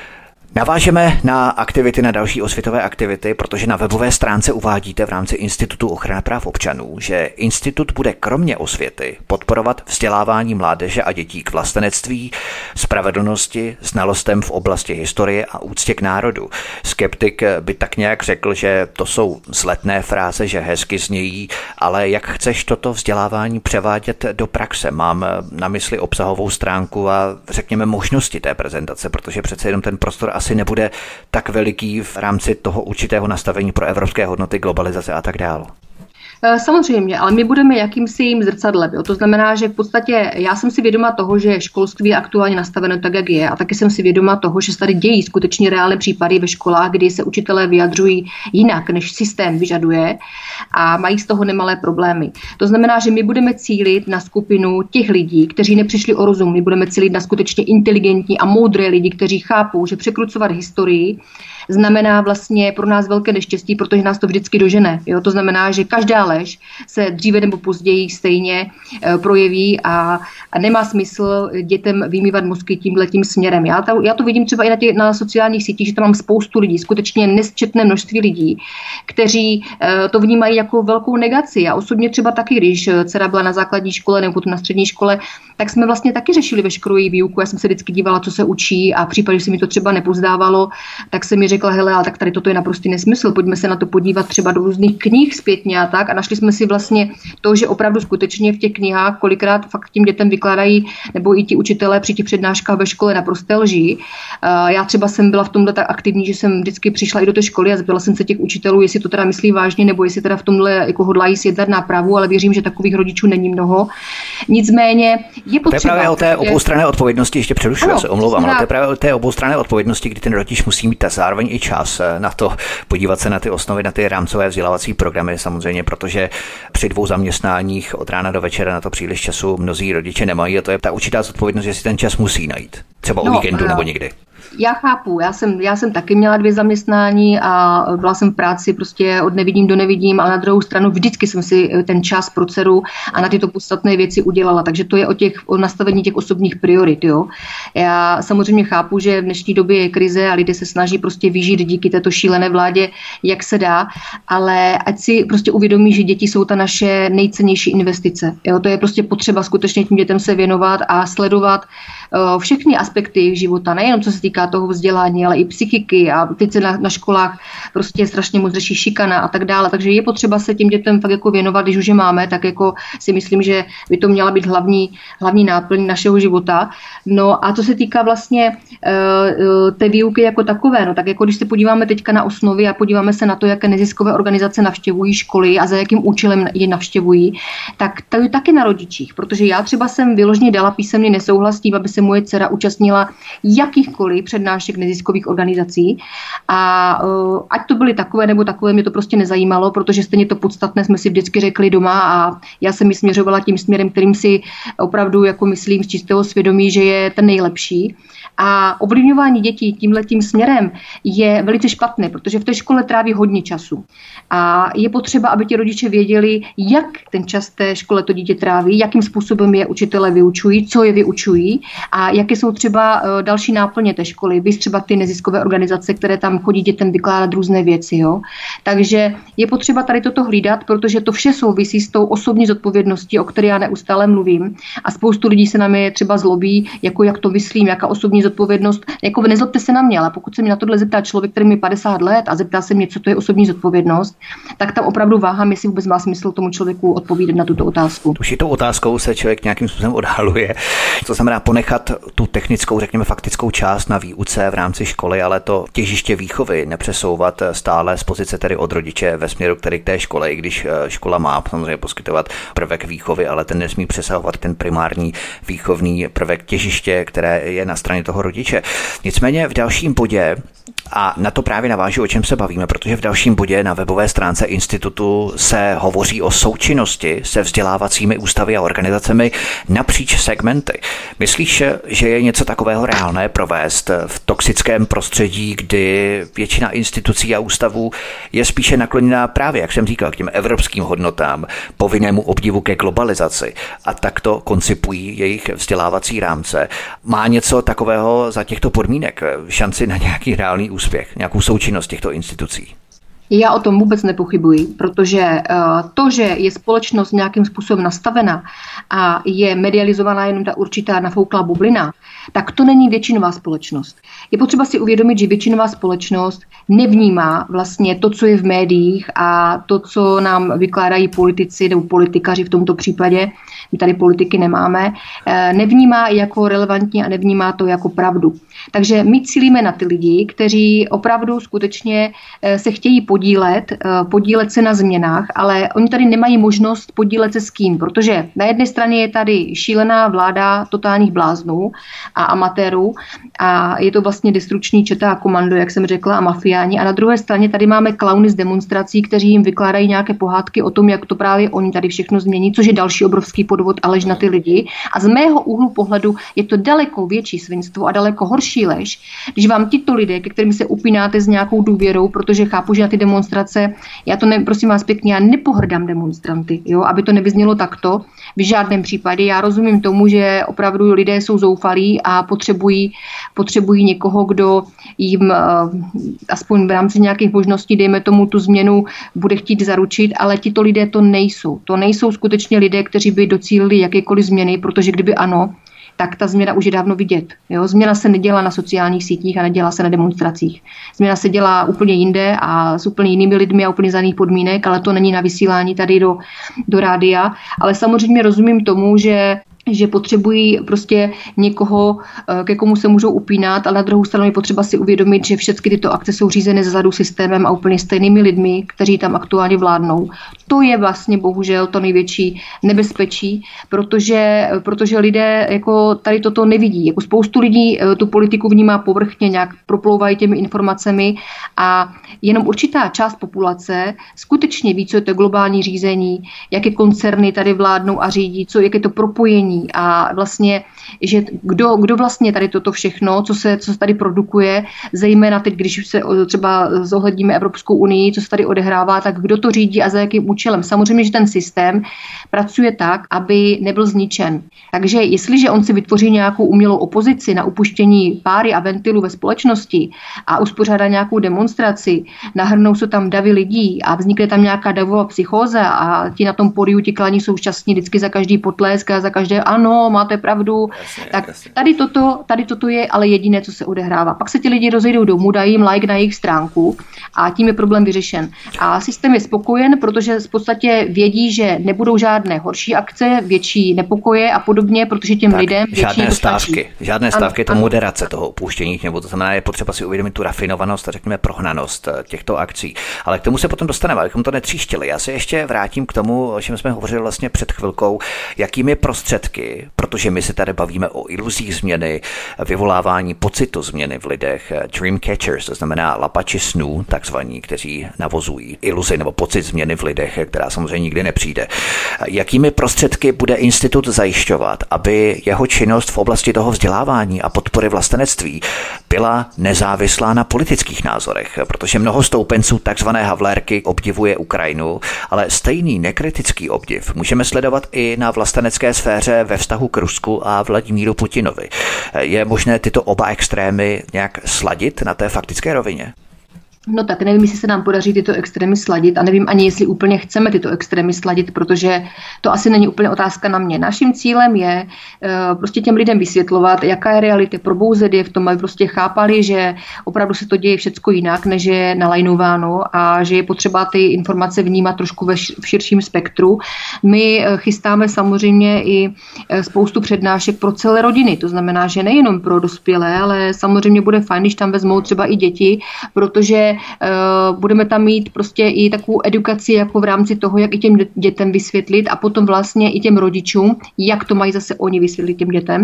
Navážeme na aktivity, na další osvětové aktivity, protože na webové stránce uvádíte v rámci Institutu ochrany práv občanů, že institut bude kromě osvěty podporovat vzdělávání mládeže a dětí k vlastenectví, spravedlnosti, znalostem v oblasti historie a úctě k národu. Skeptik by tak nějak řekl, že to jsou vzletné fráze, že hezky znějí, ale jak chceš toto vzdělávání převádět do praxe? Mám na mysli obsahovou stránku a řekněme možnosti té prezentace, protože přece jenom ten prostor asi nebude tak veliký v rámci toho určitého nastavení pro evropské hodnoty, globalizace a tak dále. Samozřejmě, ale my budeme jakýmsi jim zrcadlem. Jo? To znamená, že v podstatě já jsem si vědoma toho, že školství je aktuálně nastaveno tak, jak je, a taky jsem si vědoma toho, že se tady dějí skutečně reálné případy ve školách, kdy se učitelé vyjadřují jinak, než systém vyžaduje, a mají z toho nemalé problémy. To znamená, že my budeme cílit na skupinu těch lidí, kteří nepřišli o rozum. My budeme cílit na skutečně inteligentní a moudré lidi, kteří chápou, že překrucovat historii znamená vlastně pro nás velké neštěstí, protože nás to vždycky dožene. Jo? To znamená, že každá lež se dříve nebo později stejně projeví a nemá smysl dětem vymývat mozky tímhletím směrem. Já to vidím třeba i na sociálních sítích, že tam mám spoustu lidí, skutečně nesčetné množství lidí, kteří to vnímají jako velkou negaci. Já osobně třeba taky, když dcera byla na základní škole nebo potom na střední škole, tak jsme vlastně taky řešili veškerou její výuku. Já jsem se vždycky dívala, co se učí, a v případě, že se mi to třeba nepozdávalo, tak se mi řekla, hele, ale tak tady toto je naprostý nesmysl, pojďme se na to podívat třeba do různých knih zpětně a tak, a našli jsme si vlastně to, že opravdu skutečně v těch knihách kolikrát fakt tím dětem vykládají, nebo i ti učitelé při těch přednáškách ve škole naprosté lži. Já třeba jsem byla v tomhle tak aktivní, že jsem vždycky přišla i do té školy a zeptala jsem se těch učitelů, jestli to teda myslí vážně, nebo jestli teda v tomhle jako hodlají sjednat nápravu, ale věřím, že takových rodičů není mnoho. Nicméně je potřeba. To je právě o té oboustranné odpovědnosti, ještě přerušuji, se omlouvám, ale to je právě o té oboustranné odpovědnosti, kdy ten rodič musí mít zároveň i čas na to podívat se na ty osnovy, na ty rámcové vzdělávací programy samozřejmě, protože při 2 zaměstnáních od rána do večera na to příliš času mnozí rodiče nemají, a to je ta určitá zodpovědnost, že si ten čas musí najít. Třeba o víkendu nebo někdy. Já chápu, já jsem taky měla 2 zaměstnání a byla jsem v práci prostě od nevidím do nevidím, ale na druhou stranu vždycky jsem si ten čas pro dceru a na tyto podstatné věci udělala, takže to je o nastavení těch osobních priorit. Jo. Já samozřejmě chápu, že v dnešní době je krize a lidé se snaží prostě vyžít díky této šílené vládě, jak se dá, ale ať si prostě uvědomí, že děti jsou ta naše nejcennější investice. Jo. To je prostě potřeba skutečně tím dětem se věnovat a sledovat všechny aspekty jejich života, nejenom co se týká toho vzdělání, ale i psychiky, a teď se na školách prostě strašně moc řeší šikana a tak dále. Takže je potřeba se tím dětem fakt jako věnovat, když už je máme, tak jako si myslím, že by to měla být hlavní náplň našeho života. No a co se týká vlastně té výuky jako takové, no tak jako když se podíváme teďka na osnovy a podíváme se na to, jaké neziskové organizace navštěvují školy a za jakým účelem je navštěvují, tak to je taky na rodičích, protože já třeba jsem vyloženě dala písemný nesouhlas s tím, aby se moje dcera účastnila jakýchkoliv přednášek neziskových organizací, a ať to byly takové nebo takové, mě to prostě nezajímalo, protože stejně to podstatné jsme si vždycky řekli doma a já jsem ji směřovala tím směrem, kterým si opravdu jako myslím z čistého svědomí, že je ten nejlepší. A ovlivňování dětí tímhletím směrem je velice špatné, protože v té škole tráví hodně času. A je potřeba, aby ti rodiče věděli, jak ten čas v té škole to dítě tráví, jakým způsobem je učitelé vyučují, co je vyučují a jaké jsou třeba další náplně té školy, vys třeba ty neziskové organizace, které tam chodí dětem vykládat různé věci. Jo? Takže je potřeba tady toto hlídat, protože to vše souvisí s tou osobní zodpovědností, o které já neustále mluvím. A spoustu lidí se na mě třeba zlobí, jako jak to myslím, jaká osobní zodpovědnost. Jako nezlobte se na mě, ale pokud se mi na tohle zeptá člověk, který mi 50 let a zeptá se mě, co to je osobní zodpovědnost, tak tam opravdu váhám, jestli vůbec má smysl tomu člověku odpovídat na tuto otázku. Už i tou otázkou se člověk nějakým způsobem odhaluje. To znamená ponechat tu technickou, řekněme faktickou část na výuce v rámci školy, ale to těžiště výchovy nepřesouvat stále z pozice tedy od rodiče ve směru k té škole, i když škola má samozřejmě poskytovat prvek výchovy, ale ten nesmí přesahovat ten primární výchovný prvek těžiště, které je na straně toho rodiče. Nicméně v dalším bodě A na to právě navážu, o čem se bavíme, protože v dalším bodě na webové stránce institutu se hovoří o součinnosti se vzdělávacími ústavy a organizacemi napříč segmenty. Myslíš, že je něco takového reálné provést v toxickém prostředí, kdy většina institucí a ústavů je spíše nakloněná právě, jak jsem říkal, k těm evropským hodnotám, povinnému obdivu ke globalizaci a takto koncipují jejich vzdělávací rámce? Má něco takového za těchto podmínek šanci na nějaký reálný úspěch, nějakou součinnost těchto institucí? Já o tom vůbec nepochybuji, protože to, že je společnost nějakým způsobem nastavena a je medializovaná jenom ta určitá nafouklá bublina, tak to není většinová společnost. Je potřeba si uvědomit, že většinová společnost nevnímá vlastně to, co je v médiích a to, co nám vykládají politici nebo politikaři v tomto případě, my tady politiky nemáme, nevnímá jako relevantní a nevnímá to jako pravdu. Takže my cílíme na ty lidi, kteří opravdu skutečně se chtějí podílet se na změnách, ale oni tady nemají možnost podílet se s kým, protože na jedné straně je tady šílená vláda totálních bláznů a amatérů a je to vlastně destrukční četa a komando, jak jsem řekla, a mafiáni, a na druhé straně tady máme klauny z demonstrací, kteří jim vykládají nějaké pohádky o tom, jak to právě oni tady všechno změní, což je další obrovský podvod a lež na ty lidi. A z mého úhlu pohledu je to daleko větší svinstvo a daleko horší lež, když vám tito lidé, ke kterým se upínáte s nějakou důvěrou, protože chápu, že na ty demonstrace, prosím vás pěkně, já nepohrdám demonstranty, jo, aby to nevyznělo takto. V žádném případě. Já rozumím tomu, že opravdu lidé jsou zoufalí a potřebují někoho, kdo jim aspoň v rámci nějakých možností, dejme tomu, tu změnu bude chtít zaručit, ale tito lidé to nejsou. To nejsou skutečně lidé, kteří by docílili jakékoliv změny, protože kdyby ano, tak ta změna už je dávno vidět. Jo? Změna se nedělá na sociálních sítích a nedělá se na demonstracích. Změna se dělá úplně jinde a s úplně jinými lidmi a úplně za jiných podmínek, ale to není na vysílání tady do rádia. Ale samozřejmě rozumím tomu, že potřebují prostě někoho, ke komu se můžou upínat, ale na druhou stranu je potřeba si uvědomit, že všechny tyto akce jsou řízeny zezadu systémem a úplně stejnými lidmi, kteří tam aktuálně vládnou. To je vlastně bohužel to největší nebezpečí, protože lidé jako tady toto nevidí. Jako spoustu lidí tu politiku vnímá povrchně, nějak proplouvají těmi informacemi a jenom určitá část populace skutečně ví, co je to globální řízení, jaké koncerny tady vládnou a řídí, jak je to propojení a vlastně, že kdo vlastně tady toto všechno, co se tady produkuje, zejména teď, když se třeba zohledníme Evropskou unii, co se tady odehrává, tak kdo to řídí a za jakým účelem. Samozřejmě, že ten systém pracuje tak, aby nebyl zničen. Takže jestliže on si vytvoří nějakou umělou opozici na upuštění páry a ventilů ve společnosti a uspořádá nějakou demonstraci, nahrnou se tam davy lidí a vznikne tam nějaká davová psychóza a ti na tom pódiu, ti klaní jsou šťastní vždycky za každý potlesk a za každé ano, máte pravdu. Jasně, tak tady toto je ale jediné, co se odehrává. Pak se ti lidi rozejdou domů, dají jim like na jejich stránku a tím je problém vyřešen. A systém je spokojen, protože v podstatě vědí, že nebudou žádné horší akce, větší nepokoje a podobně, protože těm lidem žádné stávky, to moderace toho opuštění, nebo to znamená, je potřeba si uvědomit tu rafinovanost a řekněme prohnanost těchto akcí. Ale k tomu se potom dostaneme, abychom to netříštili. Já se ještě vrátím k tomu, o čem jsme hovořili vlastně před chvilkou, jakými prostředky, protože my se tady bavíme o iluzích změny, vyvolávání pocitu změny v lidech, dream catchers, to znamená lapači snů, takzvaní, kteří navozují iluzi nebo pocit změny v lidech, která samozřejmě nikdy nepřijde. Jakými prostředky bude institut zajišťovat, aby jeho činnost v oblasti toho vzdělávání a podpory vlastenectví byla nezávislá na politických názorech, protože mnoho stoupenců takzvané havlérky obdivuje Ukrajinu, ale stejný nekritický obdiv můžeme sledovat i na vlastenecké sféře ve vztahu k Rusku a Vladimíru Putinovi. Je možné tyto oba extrémy nějak sladit na té faktické rovině? No tak nevím, jestli se nám podaří tyto extrémy sladit a nevím ani, jestli úplně chceme tyto extrémy sladit, protože to asi není úplně otázka na mě. Naším cílem je prostě těm lidem vysvětlovat, jaká je realita, probouzet je v tom, aby prostě chápali, že opravdu se to děje všecko jinak, než je nalajnováno a že je potřeba ty informace vnímat trošku v širším spektru. My chystáme samozřejmě i spoustu přednášek pro celé rodiny, to znamená, že nejenom pro dospělé, ale samozřejmě bude fajn, když tam vezmou třeba i děti, protože budeme tam mít prostě i takovou edukaci jako v rámci toho, jak i těm dětem vysvětlit a potom vlastně i těm rodičům, jak to mají zase oni vysvětlit těm dětem,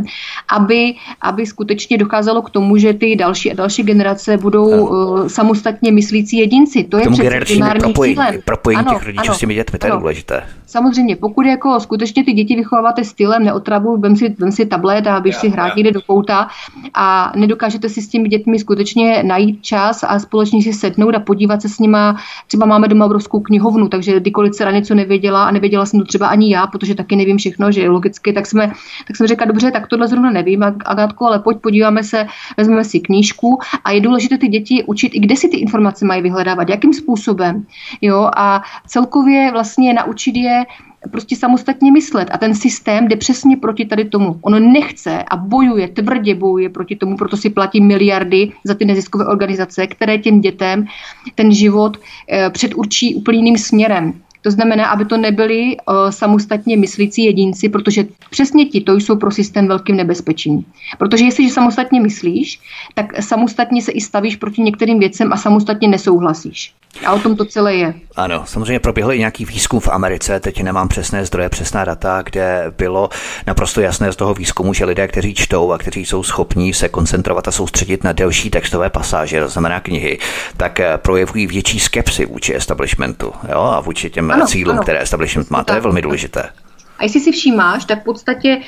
aby skutečně docházelo k tomu, že ty další a další generace budou samostatně myslící jedinci. To je přece primární cílem. Propojení těch rodičů s těmi dětmi, to je důležité. Samozřejmě, pokud jako skutečně ty děti vychováváte stylem neotravu, vem si tablet a běž si hrát někde do kouta a nedokážete si s těmi dětmi skutečně najít čas a společně si sednout a podívat se s nima. Třeba máme doma obrovskou knihovnu, takže kdykoliv dcera něco nevěděla a nevěděla jsem to třeba ani já, protože taky nevím všechno, že je logicky, tak jsem řekla, dobře, tak tohle zrovna nevím, Agátko, ale pojď, podíváme se, vezmeme si knížku a je důležité ty děti učit i kde si ty informace mají vyhledávat, jakým způsobem. Jo, a celkově vlastně naučit je prostě samostatně myslet. A ten systém jde přesně proti tady tomu. Ono nechce a tvrdě bojuje proti tomu, proto si platí miliardy za ty neziskové organizace, které těm dětem ten život předurčí úplně jiným směrem. To znamená, aby to nebyli samostatně myslící jedinci, protože přesně to jsou pro systém velkým nebezpečím. Protože jestliže samostatně myslíš, tak samostatně se i stavíš proti některým věcem a samostatně nesouhlasíš. A o tom to celé je. Ano, samozřejmě proběhl i nějaký výzkum v Americe, teď nemám přesné zdroje, přesná data, kde bylo naprosto jasné z toho výzkumu, že lidé, kteří čtou a kteří jsou schopní se koncentrovat a soustředit na delší textové pasáže, to znamená knihy, tak projevují větší skepsi vůči establishmentu, jo, a vůči těm cílům, které establishment má. To je velmi důležité. A jestli si všímáš, tak v podstatě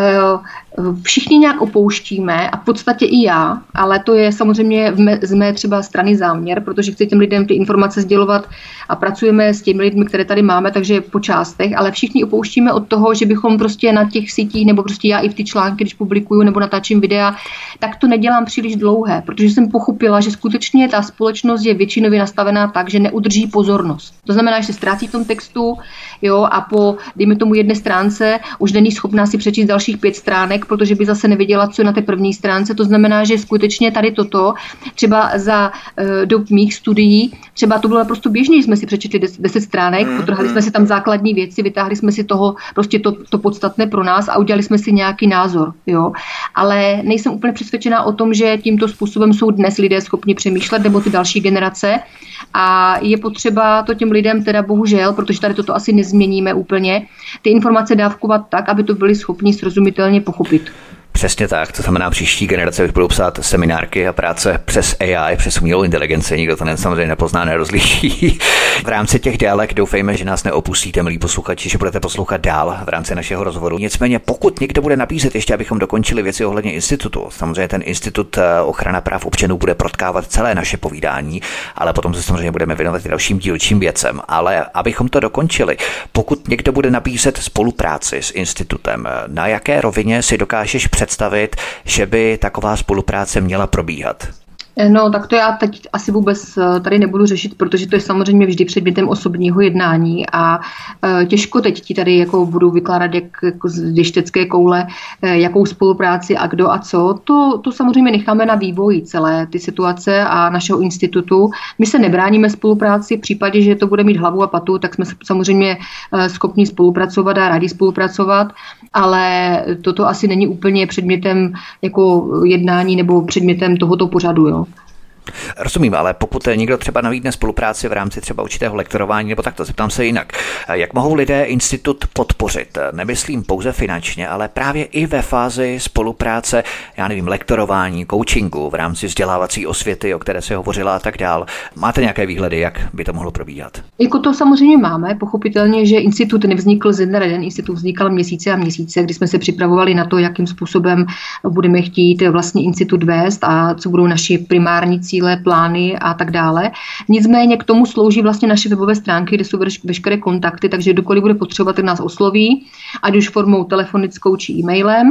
všichni nějak opouštíme a v podstatě i já, ale to je samozřejmě z mé třeba strany záměr, protože chci těm lidem ty informace sdělovat a pracujeme s těmi lidmi, které tady máme, takže po částech, ale všichni opouštíme od toho, že bychom prostě na těch sítích, nebo prostě já i v ty články, když publikuju nebo natáčím videa, tak to nedělám příliš dlouhé, protože jsem pochopila, že skutečně ta společnost je většinově nastavená tak, že neudrží pozornost. To znamená, že se ztrácí v tom textu, jo, a po, dejme tomu, jedné stránce už není schopná si přečíst dalších 5 stránek, protože by zase nevěděla, co je na té první stránce. To znamená, že skutečně tady toto, třeba za dob mých studií, třeba to bylo naprosto běžné, že jsme si přečetli 10 stránek, potrhali jsme si tam základní věci, vytáhli jsme si toho prostě to podstatné pro nás a udělali jsme si nějaký názor. Jo. Ale nejsem úplně přesvědčená o tom, že tímto způsobem jsou dnes lidé schopni přemýšlet, nebo ty další generace. A je potřeba to těm lidem teda bohužel, protože tady toto asi nezměníme úplně, ty informace dávkovat tak, aby to byli schopni srozumitelně pochopit. Přesně tak, to znamená příští generace už budou psát seminárky a práce přes AI, přes umělou inteligenci, nikdo to samozřejmě nepozná, nerozliší. V rámci těch délek doufejme, že nás neopustíte, milí posluchači, že budete poslouchat dál v rámci našeho rozhovoru. Nicméně, pokud někdo bude nabízet ještě, abychom dokončili věci ohledně institutu, samozřejmě ten institut ochrana práv občanů bude protkávat celé naše povídání, ale potom se samozřejmě budeme věnovat i dalším dílčím věcem. Ale abychom to dokončili, pokud někdo bude nabízet spolupráci s institutem, na jaké rovině si dokážeš představit, že by taková spolupráce měla probíhat? No, tak to já teď asi vůbec tady nebudu řešit, protože to je samozřejmě vždy předmětem osobního jednání a těžko teď ti tady jako budu vykládat jako z věštecké koule, jakou spolupráci a kdo a co. To samozřejmě necháme na vývoji celé ty situace a našeho institutu. My se nebráníme spolupráci, v případě, že to bude mít hlavu a patu, tak jsme samozřejmě schopni spolupracovat a rádi spolupracovat, ale toto asi není úplně předmětem jako jednání nebo předmětem tohoto pořadu, jo. Rozumím, ale pokud někdo třeba nabídne spolupráci v rámci třeba určitého lektorování, nebo takto, zeptám se jinak. Jak mohou lidé institut podpořit? Nemyslím pouze finančně, ale právě i ve fázi spolupráce, já nevím, lektorování, coachingu v rámci vzdělávací osvěty, o které se hovořila a tak dál. Máte nějaké výhledy, jak by to mohlo probíhat? Jako to samozřejmě máme, pochopitelně, že institut nevznikl ze dne na den, institut vznikal měsíce a měsíce, kdy jsme se připravovali na to, jakým způsobem budeme chtít vlastně institut vést a co budou naši primární cíle, plány a tak dále. Nicméně k tomu slouží vlastně naše webové stránky, kde jsou veškeré kontakty, takže kdokoliv bude potřebovat, tak nás osloví, ať už formou telefonickou či e-mailem.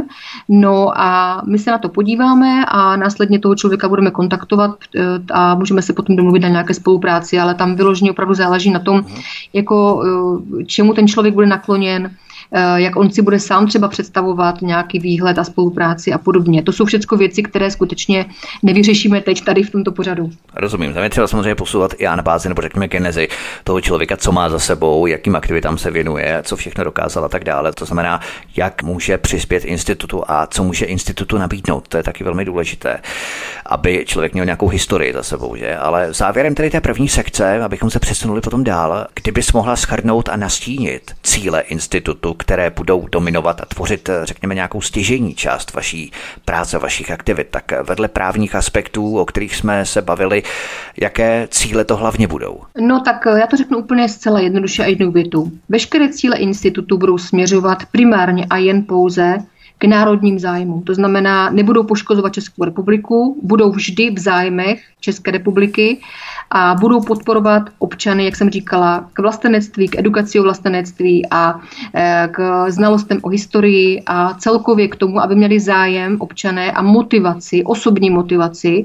No a my se na to podíváme a následně toho člověka budeme kontaktovat a můžeme se potom domluvit na nějaké spolupráci, ale tam vyloženě opravdu záleží na tom, jako čemu ten člověk bude nakloněn, jak on si bude sám třeba představovat nějaký výhled a spolupráci a podobně. To jsou všechno věci, které skutečně nevyřešíme teď tady v tomto pořadu. Rozumím. Tam je třeba samozřejmě posouvat i anabázi nebo řekněme genezi toho člověka, co má za sebou, jakým aktivitám se věnuje, co všechno dokázal a tak dále. To znamená, jak může přispět institutu a co může institutu nabídnout. To je taky velmi důležité, aby člověk měl nějakou historii za sebou, že? Ale závěrem tedy té první sekce, abychom se přesunuli potom dál, kdybys mohla shrnout a nastínit cíle institutu, které budou dominovat a tvořit, řekněme, nějakou stěžejní část vaší práce, vašich aktivit, tak vedle právních aspektů, o kterých jsme se bavili, jaké cíle to hlavně budou? No tak já to řeknu úplně zcela jednoduše a jednou větu. Veškeré cíle institutu budou směřovat primárně a jen pouze k národním zájmům. To znamená, nebudou poškozovat Českou republiku, budou vždy v zájmech České republiky a budou podporovat občany, jak jsem říkala, k vlastenectví, k edukaci o vlastenectví a k znalostem o historii a celkově k tomu, aby měli zájem občané a motivaci, osobní motivaci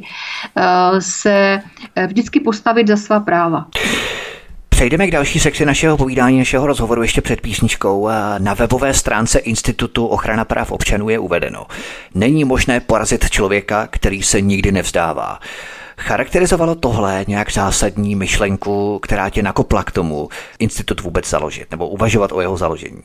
se vždycky postavit za svá práva. Přejdeme k další sekci našeho povídání, našeho rozhovoru ještě před písničkou. Na webové stránce Institutu ochrana práv občanů je uvedeno: není možné porazit člověka, který se nikdy nevzdává. Charakterizovalo tohle nějak zásadní myšlenku, která tě nakopla k tomu institut vůbec založit nebo uvažovat o jeho založení?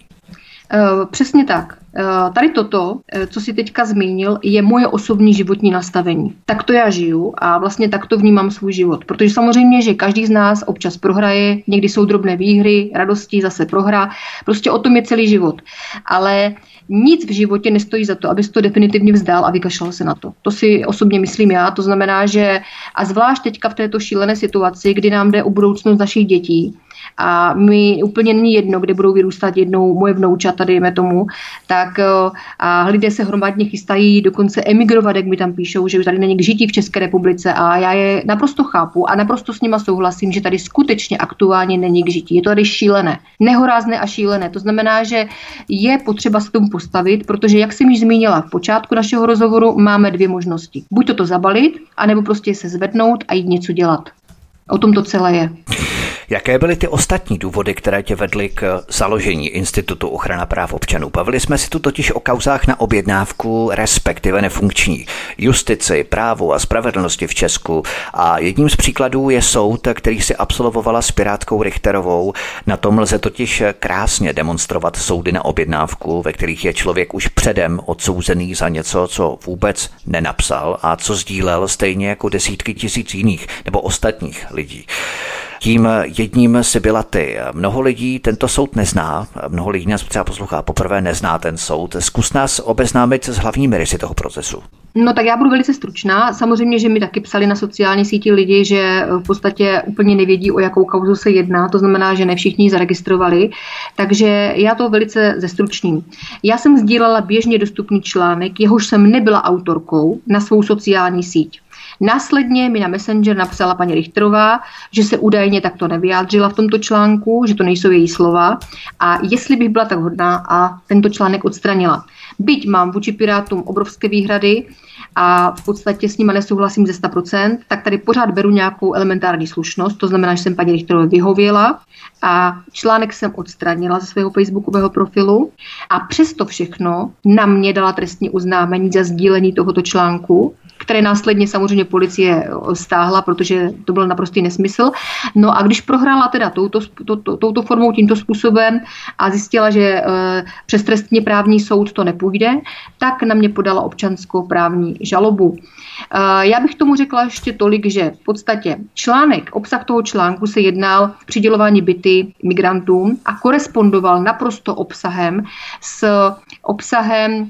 Přesně tak. Tady toto, co si teďka zmínil, je moje osobní životní nastavení. Tak to já žiju a vlastně tak to vnímám svůj život. Protože samozřejmě, že každý z nás občas prohraje, někdy jsou drobné výhry, radosti, zase prohra. Prostě o tom je celý život. Ale nic v životě nestojí za to, abys to definitivně vzdal a vykašlal se na to. To si osobně myslím já. To znamená, že a zvlášť teďka v této šílené situaci, kdy nám jde o budoucnost našich dětí, a mi úplně není jedno, kde budou vyrůstat jednou moje vnoučata, dejme tomu, tak a lidé se hromadně chystají dokonce emigrovat, jak mi tam píšou, že tady není k žití v České republice a já je naprosto chápu a naprosto s nima souhlasím, že tady skutečně aktuálně není k žití. Je to tady šílené, nehorázné a šílené. To znamená, že je potřeba se tomu postavit, protože jak jsem již zmínila v počátku našeho rozhovoru, máme dvě možnosti. Buď to zabalit, anebo prostě se zvednout a jít něco dělat. O tom to celé je. Jaké byly ty ostatní důvody, které tě vedly k založení Institutu ochrana práv občanů? Bavili jsme si tu totiž o kauzách na objednávku, respektive nefunkční justici, právu a spravedlnosti v Česku. A jedním z příkladů je soud, který si absolvovala s pirátkou Richterovou. Na tom lze totiž krásně demonstrovat soudy na objednávku, ve kterých je člověk už předem odsouzený za něco, co vůbec nenapsal a co sdílel stejně jako desítky tisíc jiných nebo ostatních lidí. Tím jedním si byla ty. Mnoho lidí tento soud nezná, mnoho lidí nás třeba poslouchá poprvé, nezná ten soud. Zkus nás obeznámit s hlavními rysy toho procesu. No tak já budu velice stručná. Samozřejmě, že mi taky psali na sociální síti lidi, že v podstatě úplně nevědí, o jakou kauzu se jedná. To znamená, že ne všichni ji zaregistrovali. Takže já to velice zestručním. Já jsem sdílela běžně dostupný článek, jehož jsem nebyla autorkou, na svou sociální síť. Následně mi na Messenger napsala paní Richterová, že se údajně takto nevyjádřila v tomto článku, že to nejsou její slova a jestli bych byla tak hodná a tento článek odstranila. Byť mám vůči Pirátům obrovské výhrady a v podstatě s nima nesouhlasím ze 100%, tak tady pořád beru nějakou elementární slušnost, to znamená, že jsem paní Richterové vyhověla a článek jsem odstranila ze svého facebookového profilu a přesto všechno na mě dala trestní oznámení za sdílení tohoto článku, které následně samozřejmě policie stáhla, protože to byl naprostý nesmysl. No a když prohrála teda touto formou, tímto způsobem a zjistila, že přes trestně právní soud to nepůjde, tak na mě podala občanskoprávní žalobu. Já bych tomu řekla ještě tolik, že v podstatě obsah toho článku se jednal přidělování byty migrantům a korespondoval naprosto obsahem s obsahem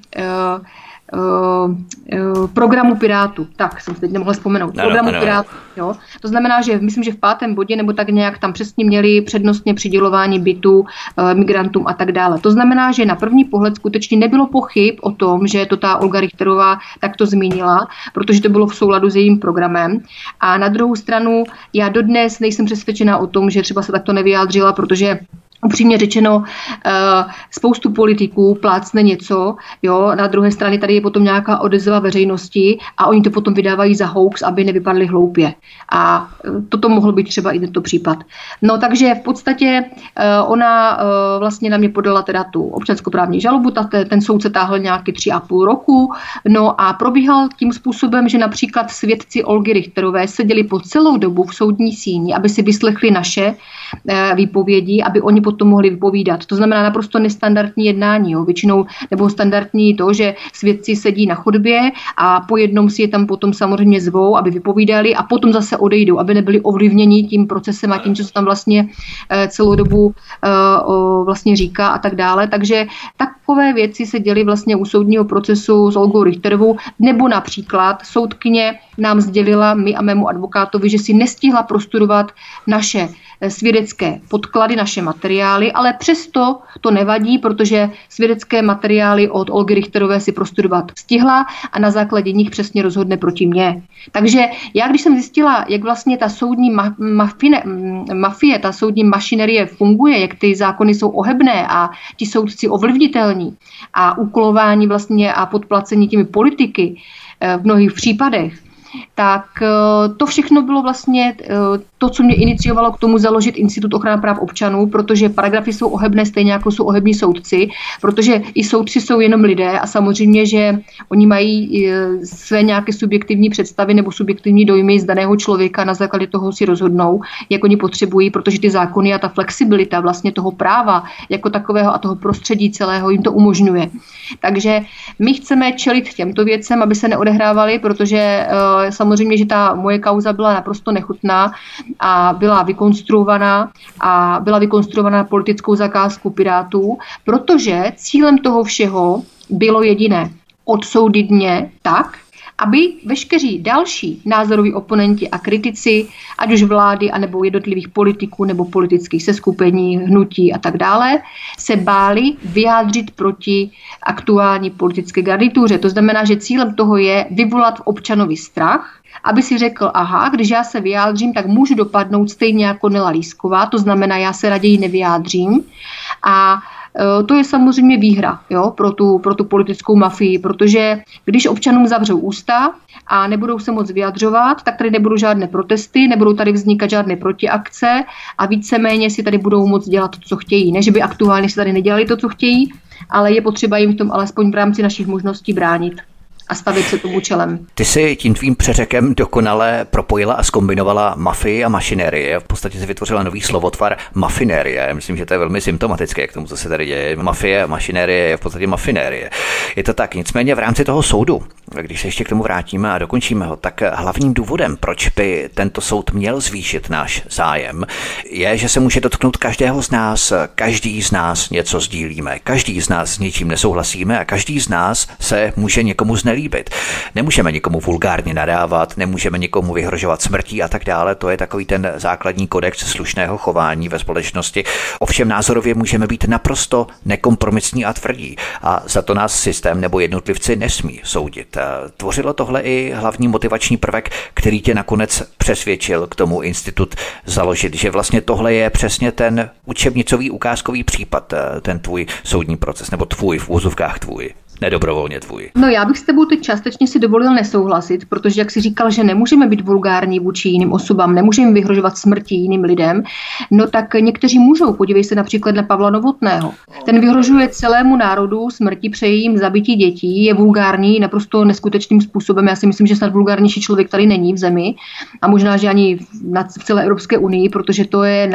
programu Pirátů. Tak, jsem se teď nemohla vzpomenout. Programu Pirátů. Jo. To znamená, že myslím, že v 5. bodě nebo tak nějak tam přesně měli přednostně přidělování bytů migrantům a tak dále. To znamená, že na první pohled skutečně nebylo pochyb o tom, že to ta Olga Richterová takto zmínila, protože to bylo v souladu s jejím programem. A na druhou stranu já dodnes nejsem přesvědčená o tom, že třeba se takto nevyjádřila, protože upřímně řečeno, spoustu politiků plácne něco, jo, na druhé straně tady je potom nějaká odezva veřejnosti a oni to potom vydávají za hoax, aby nevypadli hloupě. A toto mohlo být třeba i tento případ. No takže v podstatě ona vlastně na mě podala teda tu občanskoprávní žalobu, ten soud se táhl nějaký 3,5 roku, no a probíhal tím způsobem, že například svědci Olgy Richterové seděli po celou dobu v soudní síni, aby si vyslechli naše výpovědi, aby oni potom mohli vypovídat. To znamená naprosto nestandardní jednání. Jo. Většinou nebo standardní to, že svědci sedí na chodbě a po jednom si je tam potom samozřejmě zvou, aby vypovídali a potom zase odejdou, aby nebyli ovlivněni tím procesem a tím, co se tam vlastně celou dobu vlastně říká a tak dále. Takže takové věci se děly vlastně u soudního procesu s Olgou Richterovou, nebo například soudkyně nám sdělila, my a mému advokátovi, že si nestihla prostudovat naše svědecké podklady, naše materiály, ale přesto to nevadí, protože svědecké materiály od Olgy Richterové si prostudovat stihla a na základě nich přesně rozhodne proti mně. Takže já, když jsem zjistila, jak vlastně ta soudní mafie, ta soudní mašinerie funguje, jak ty zákony jsou ohebné a ti soudci ovlivnitelní a úkolování vlastně a podplacení těmi politiky v mnohých případech, tak to všechno bylo vlastně to, co mě iniciovalo k tomu založit Institut ochrany práv občanů, protože paragrafy jsou ohebné stejně jako jsou ohební soudci, protože i soudci jsou jenom lidé a samozřejmě, že oni mají své nějaké subjektivní představy nebo subjektivní dojmy z daného člověka, na základě toho si rozhodnou, jak oni potřebují, protože ty zákony a ta flexibilita vlastně toho práva jako takového a toho prostředí celého jim to umožňuje. Takže my chceme čelit těmto věcem, aby se neodehrávaly, protože samozřejmě, že ta moje kauza byla naprosto nechutná a byla vykonstruovaná na politickou zakázku Pirátů, protože cílem toho všeho bylo jediné: odsoudit mě tak, aby veškeří další názoroví oponenti a kritici, ať už vlády, anebo jednotlivých politiků, nebo politických seskupení, hnutí a tak dále, se báli vyjádřit proti aktuální politické garnituře. To znamená, že cílem toho je vyvolat v občanovi strach, aby si řekl, aha, když já se vyjádřím, tak můžu dopadnout stejně jako Nela Lísková, to znamená, já se raději nevyjádřím. A to je samozřejmě výhra, jo, pro tu politickou mafii, protože když občanům zavřou ústa a nebudou se moc vyjadřovat, tak tady nebudou žádné protesty, nebudou tady vznikat žádné protiakce a víceméně si tady budou moc dělat to, co chtějí. Ne, že by aktuálně si tady nedělali to, co chtějí, ale je potřeba jim v tom alespoň v rámci našich možností bránit a stavit se tomu čelem. Ty si tím tvým přeřekem dokonale propojila a zkombinovala mafii a mašinérie. V podstatě si vytvořila nový slovotvar mafinérie. Myslím, že to je velmi symptomatické k tomu, co se tady děje. Mafie, mašinérie je v podstatě mafinérie. Je to tak. Nicméně v rámci toho soudu, když se ještě k tomu vrátíme a dokončíme ho, tak hlavním důvodem, proč by tento soud měl zvýšit náš zájem, je, že se může dotknout každého z nás. Každý z nás něco sdílíme, každý z nás s něčím nesouhlasíme a každý z nás se může někomu znelíbit. Nemůžeme nikomu vulgárně nadávat, nemůžeme nikomu vyhrožovat smrtí a tak dále. To je takový ten základní kodex slušného chování ve společnosti. Ovšem názorově můžeme být naprosto nekompromisní a tvrdí. A za to nás systém nebo jednotlivci nesmí soudit. Tvořilo tohle i hlavní motivační prvek, který tě nakonec přesvědčil k tomu institut založit, že vlastně tohle je přesně ten učebnicový ukázkový případ, ten tvůj soudní proces, nebo tvůj, v úzovkách tvůj. Nedobrovolně tvůj. No já bych s tebou teď částečně si dovolil nesouhlasit, protože jak jsi říkal, že nemůžeme být vulgární vůči jiným osobám, nemůžeme vyhrožovat smrti jiným lidem, no tak někteří můžou. Podívej se například na Pavla Novotného. Ten vyhrožuje celému národu smrti, přeje jim zabití dětí, je vulgární naprosto neskutečným způsobem. Já si myslím, že snad vulgárnější člověk tady není v zemi a možná, že ani v celé Evropské unii, protože to je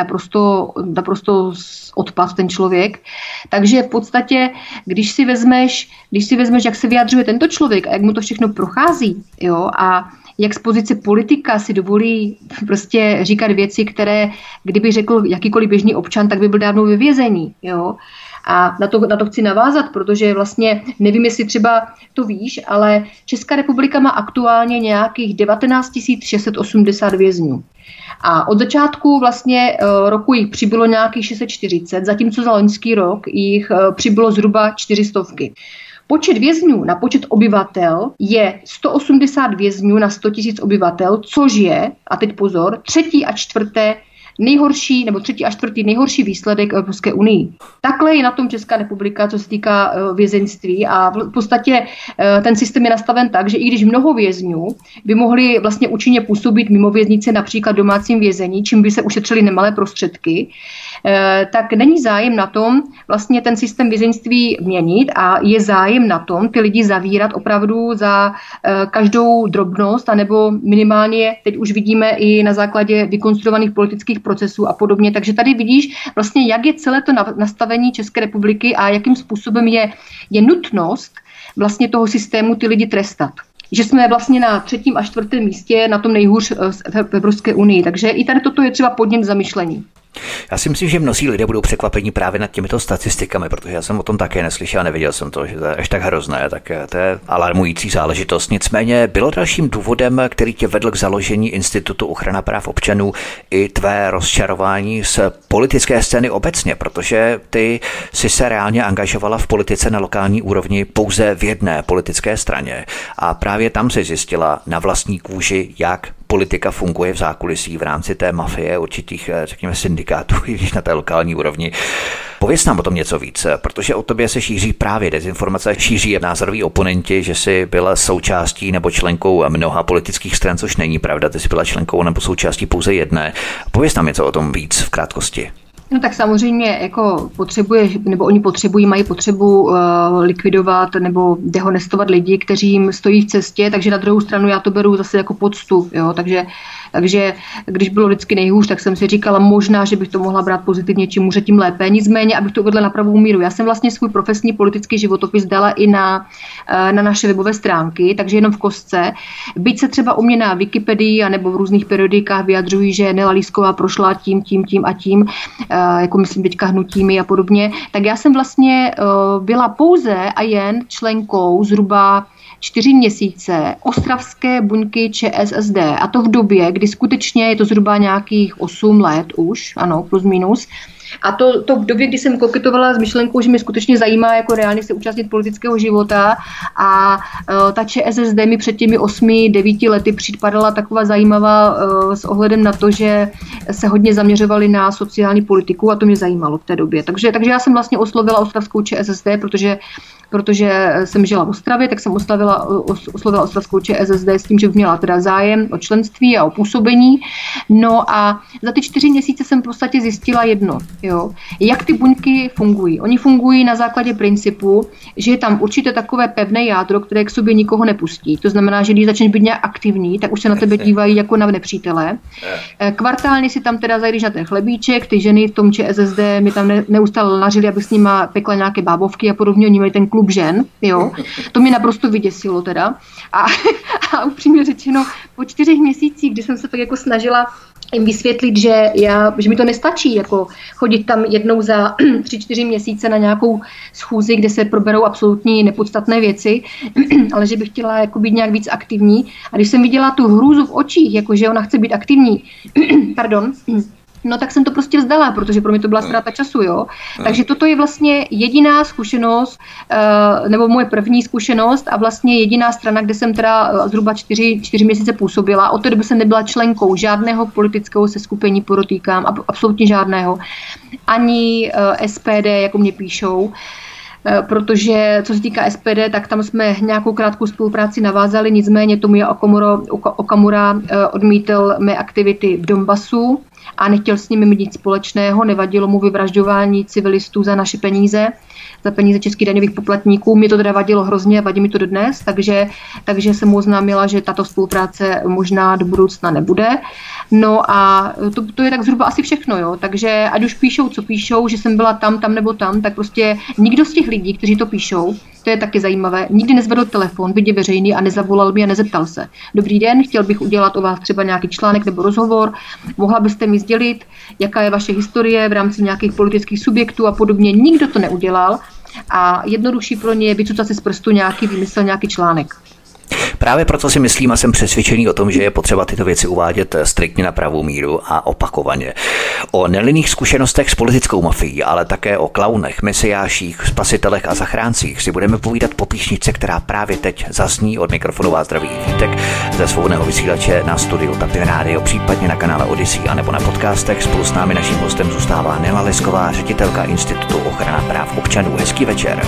naprosto odpad ten člověk. Takže v podstatě, když si vezmeš, jak se vyjadřuje tento člověk a jak mu to všechno prochází, jo, a jak z pozice politika si dovolí prostě říkat věci, které, kdyby řekl jakýkoliv běžný občan, tak by byl dávno ve vězení, jo. A na to chci navázat, protože vlastně nevím, jestli třeba to víš, ale Česká republika má aktuálně nějakých 19 680 vězňů. A od začátku vlastně roku jich přibylo nějakých 640, zatímco za loňský rok jich přibylo zhruba 400. Počet vězňů na počet obyvatel je 180 vězňů na 100 000 obyvatel, což je, a teď pozor, 3. a 4. nejhorší, nebo 3. a 4. nejhorší výsledek Evropské unii. Takhle je na tom Česká republika, co se týká vězeňství a v podstatě ten systém je nastaven tak, že i když mnoho vězňů by mohli vlastně účinně působit mimo věznice, například domácím vězení, čím by se ušetřily nemalé prostředky, tak není zájem na tom vlastně ten systém vězeňství měnit a je zájem na tom ty lidi zavírat opravdu za každou drobnost, anebo minimálně teď už vidíme i na základě vykonstruovaných politických procesů a podobně. Takže tady vidíš vlastně, jak je celé to nastavení České republiky a jakým způsobem je nutnost vlastně toho systému ty lidi trestat. Že jsme vlastně na 3. a 4. místě na tom nejhůř v Evropské unii. Takže i tady toto je třeba podnět zamyšlení. Já si myslím, že mnozí lidé budou překvapení právě nad těmito statistikami, protože já jsem o tom také neslyšel a neviděl jsem to, že to je až tak hrozné, tak to je alarmující záležitost. Nicméně bylo dalším důvodem, který tě vedl k založení Institutu ochrana práv občanů, i tvé rozčarování z politické scény obecně, protože ty jsi se reálně angažovala v politice na lokální úrovni pouze v jedné politické straně a právě tam se zjistila na vlastní kůži, jak politika funguje v zákulisí v rámci té mafie určitých, řekněme, syndikátů, i když na té lokální úrovni. Pověz nám o tom něco víc, protože o tobě se šíří právě dezinformace, šíří názoroví oponenti, že jsi byla součástí nebo členkou mnoha politických stran, což není pravda, ty jsi byla členkou nebo součástí pouze jedné. Pověz nám něco o tom víc v krátkosti. No tak samozřejmě jako mají potřebu likvidovat nebo dehonestovat lidi, kteří jim stojí v cestě, takže na druhou stranu já to beru zase jako poctu, jo, takže když bylo vždycky nejhůř, tak jsem si říkala možná, že bych to mohla brát pozitivně, čím hůře, tím lépe. Nicméně, abych to uvedla na pravou míru. Já jsem vlastně svůj profesní politický životopis dala i na naše webové stránky, takže jenom v kostce. Byť se třeba u mě na Wikipedii nebo v různých periodikách vyjadřují, že Nela Lísková prošla tím a tím, jako myslím teďka hnutími a podobně, tak já jsem vlastně byla pouze a jen členkou zhruba 4 měsíce ostravské buňky ČSSD a to v době, kdy skutečně je to zhruba nějakých 8 let už, ano, plus minus. A to v době, kdy jsem koketovala s myšlenkou, že mě skutečně zajímá jako reálně se účastnit politického života a ta ČSSD mi před těmi 8-9 lety připadala taková zajímavá s ohledem na to, že se hodně zaměřovali na sociální politiku a to mě zajímalo v té době. Takže já jsem vlastně oslovila ostravskou ČSSD, protože jsem žila v Ostravě, tak jsem oslovila ostravskou ČSSD s tím, že bych měla teda zájem o členství a o působení. No a za ty 4 měsíce jsem v podstatě zjistila jedno, jo, jak ty buňky fungují. Oni fungují na základě principu, že je tam určitě takové pevné jádro, které k sobě nikoho nepustí. To znamená, že když začneš být nějak aktivní, tak už se na tebe dívají jako na nepřítele. Kvartálně si tam teda zajdeš na ten chlebíček, ty ženy v tom ČSSD mi tam neustále nařili, abych s nima pekla nějaké bábovky a podobně, oni měli ten klub žen, jo. To mě naprosto vyděsilo teda. A upřímně řečeno, po 4 měsících, kdy jsem se tak jako snažila jim vysvětlit, že mi to nestačí, jako chodit tam jednou za 3-4 měsíce na nějakou schůzi, kde se proberou absolutní nepodstatné věci, ale že bych chtěla jako být nějak víc aktivní. A když jsem viděla tu hrůzu v očích, jako že ona chce být aktivní, no tak jsem to prostě vzdala, protože pro mě to byla ztráta času, jo. Takže toto je vlastně jediná zkušenost, nebo moje první zkušenost a vlastně jediná strana, kde jsem teda zhruba 4 měsíce působila. Od té doby jsem nebyla členkou žádného politického seskupení, podotýkám, absolutně žádného. Ani SPD, jako mě píšou, protože co se týká SPD, tak tam jsme nějakou krátkou spolupráci navázali, nicméně Tomio Okamura odmítl mé aktivity v Donbasu a nechtěl s nimi mít nic společného, nevadilo mu vyvražďování civilistů za naše peníze, za peníze českých daňových poplatníků. Mě to teda vadilo hrozně a vadí mi to dodnes, takže jsem mu oznámila, že tato spolupráce možná do budoucna nebude. No a to je tak zhruba asi všechno, jo. Takže ať už píšou, co píšou, že jsem byla tam nebo tam, tak prostě nikdo z těch lidí, kteří to píšou, to je taky zajímavé, nikdy nezvedl telefon, byť je veřejný a nezavolal mi a nezeptal se. Dobrý den, chtěl bych udělat o vás třeba nějaký článek nebo rozhovor, mohla byste mi sdělit, jaká je vaše historie v rámci nějakých politických subjektů a podobně. Nikdo to neudělal a jednodušší pro ně je vycucat si z prstu vymyslet nějaký článek. Právě proto si myslím a jsem přesvědčený o tom, že je potřeba tyto věci uvádět striktně na pravou míru a opakovaně. O nelinných zkušenostech s politickou mafií, ale také o klaunech, mesiáších, spasitelech a zachráncích si budeme povídat po písničce, která právě teď zazní. Od mikrofonu vás zdraví Vítek ze Svobodného vysílače na studiu Tapin Radio, případně na kanále Odyssey a nebo na podcastech. Spolu s námi naším hostem zůstává Nela Lesková, ředitelka Institutu ochrana práv občanů. Hezký večer.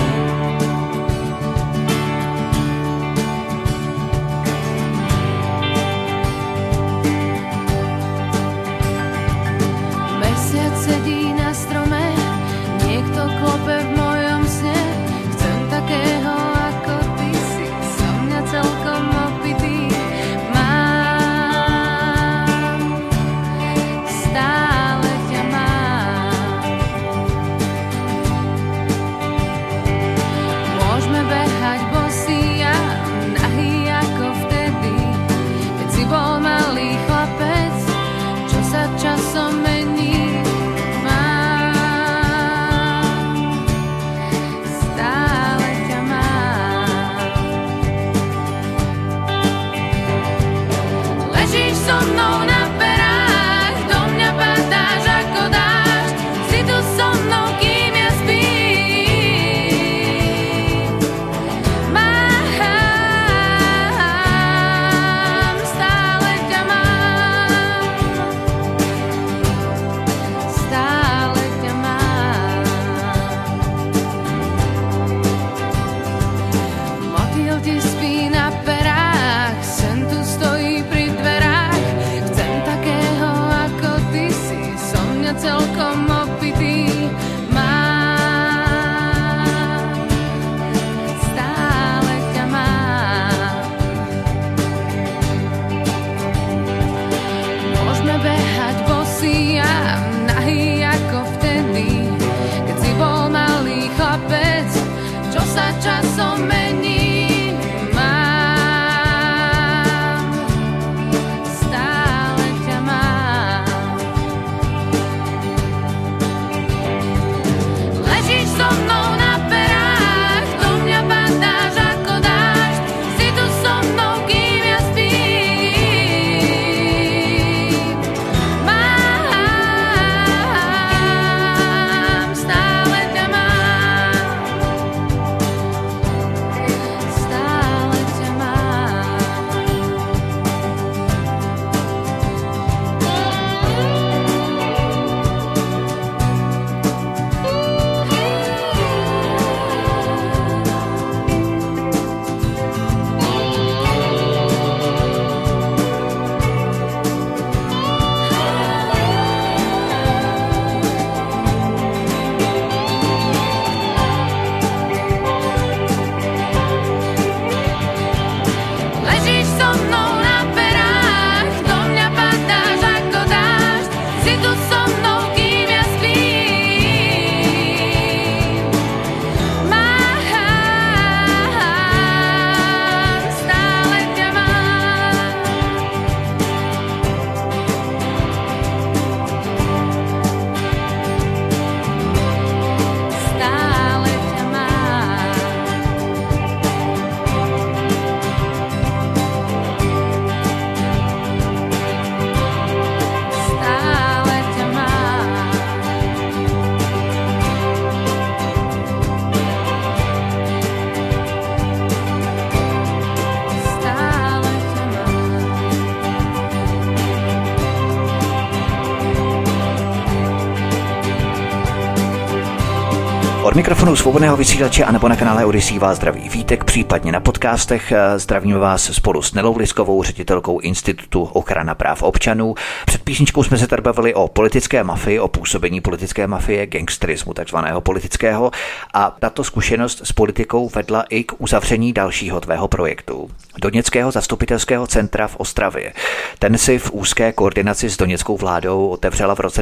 Od mikrofonu Svobodného vysílače a nebo na kanále Odyssey vás zdraví Vítek, případně na podcastech. Zdravíme vás spolu s Nelou Leskovou, ředitelkou Institutu ochrana práv občanů. Před písničkou jsme se tady bavili o politické mafii, o působení politické mafie, gangsterismu takzvaného politického, a tato zkušenost s politikou vedla i k uzavření dalšího tvého projektu, Doněckého zastupitelského centra v Ostravě. Ten si v úzké koordinaci s doněckou vládou otevřela v roce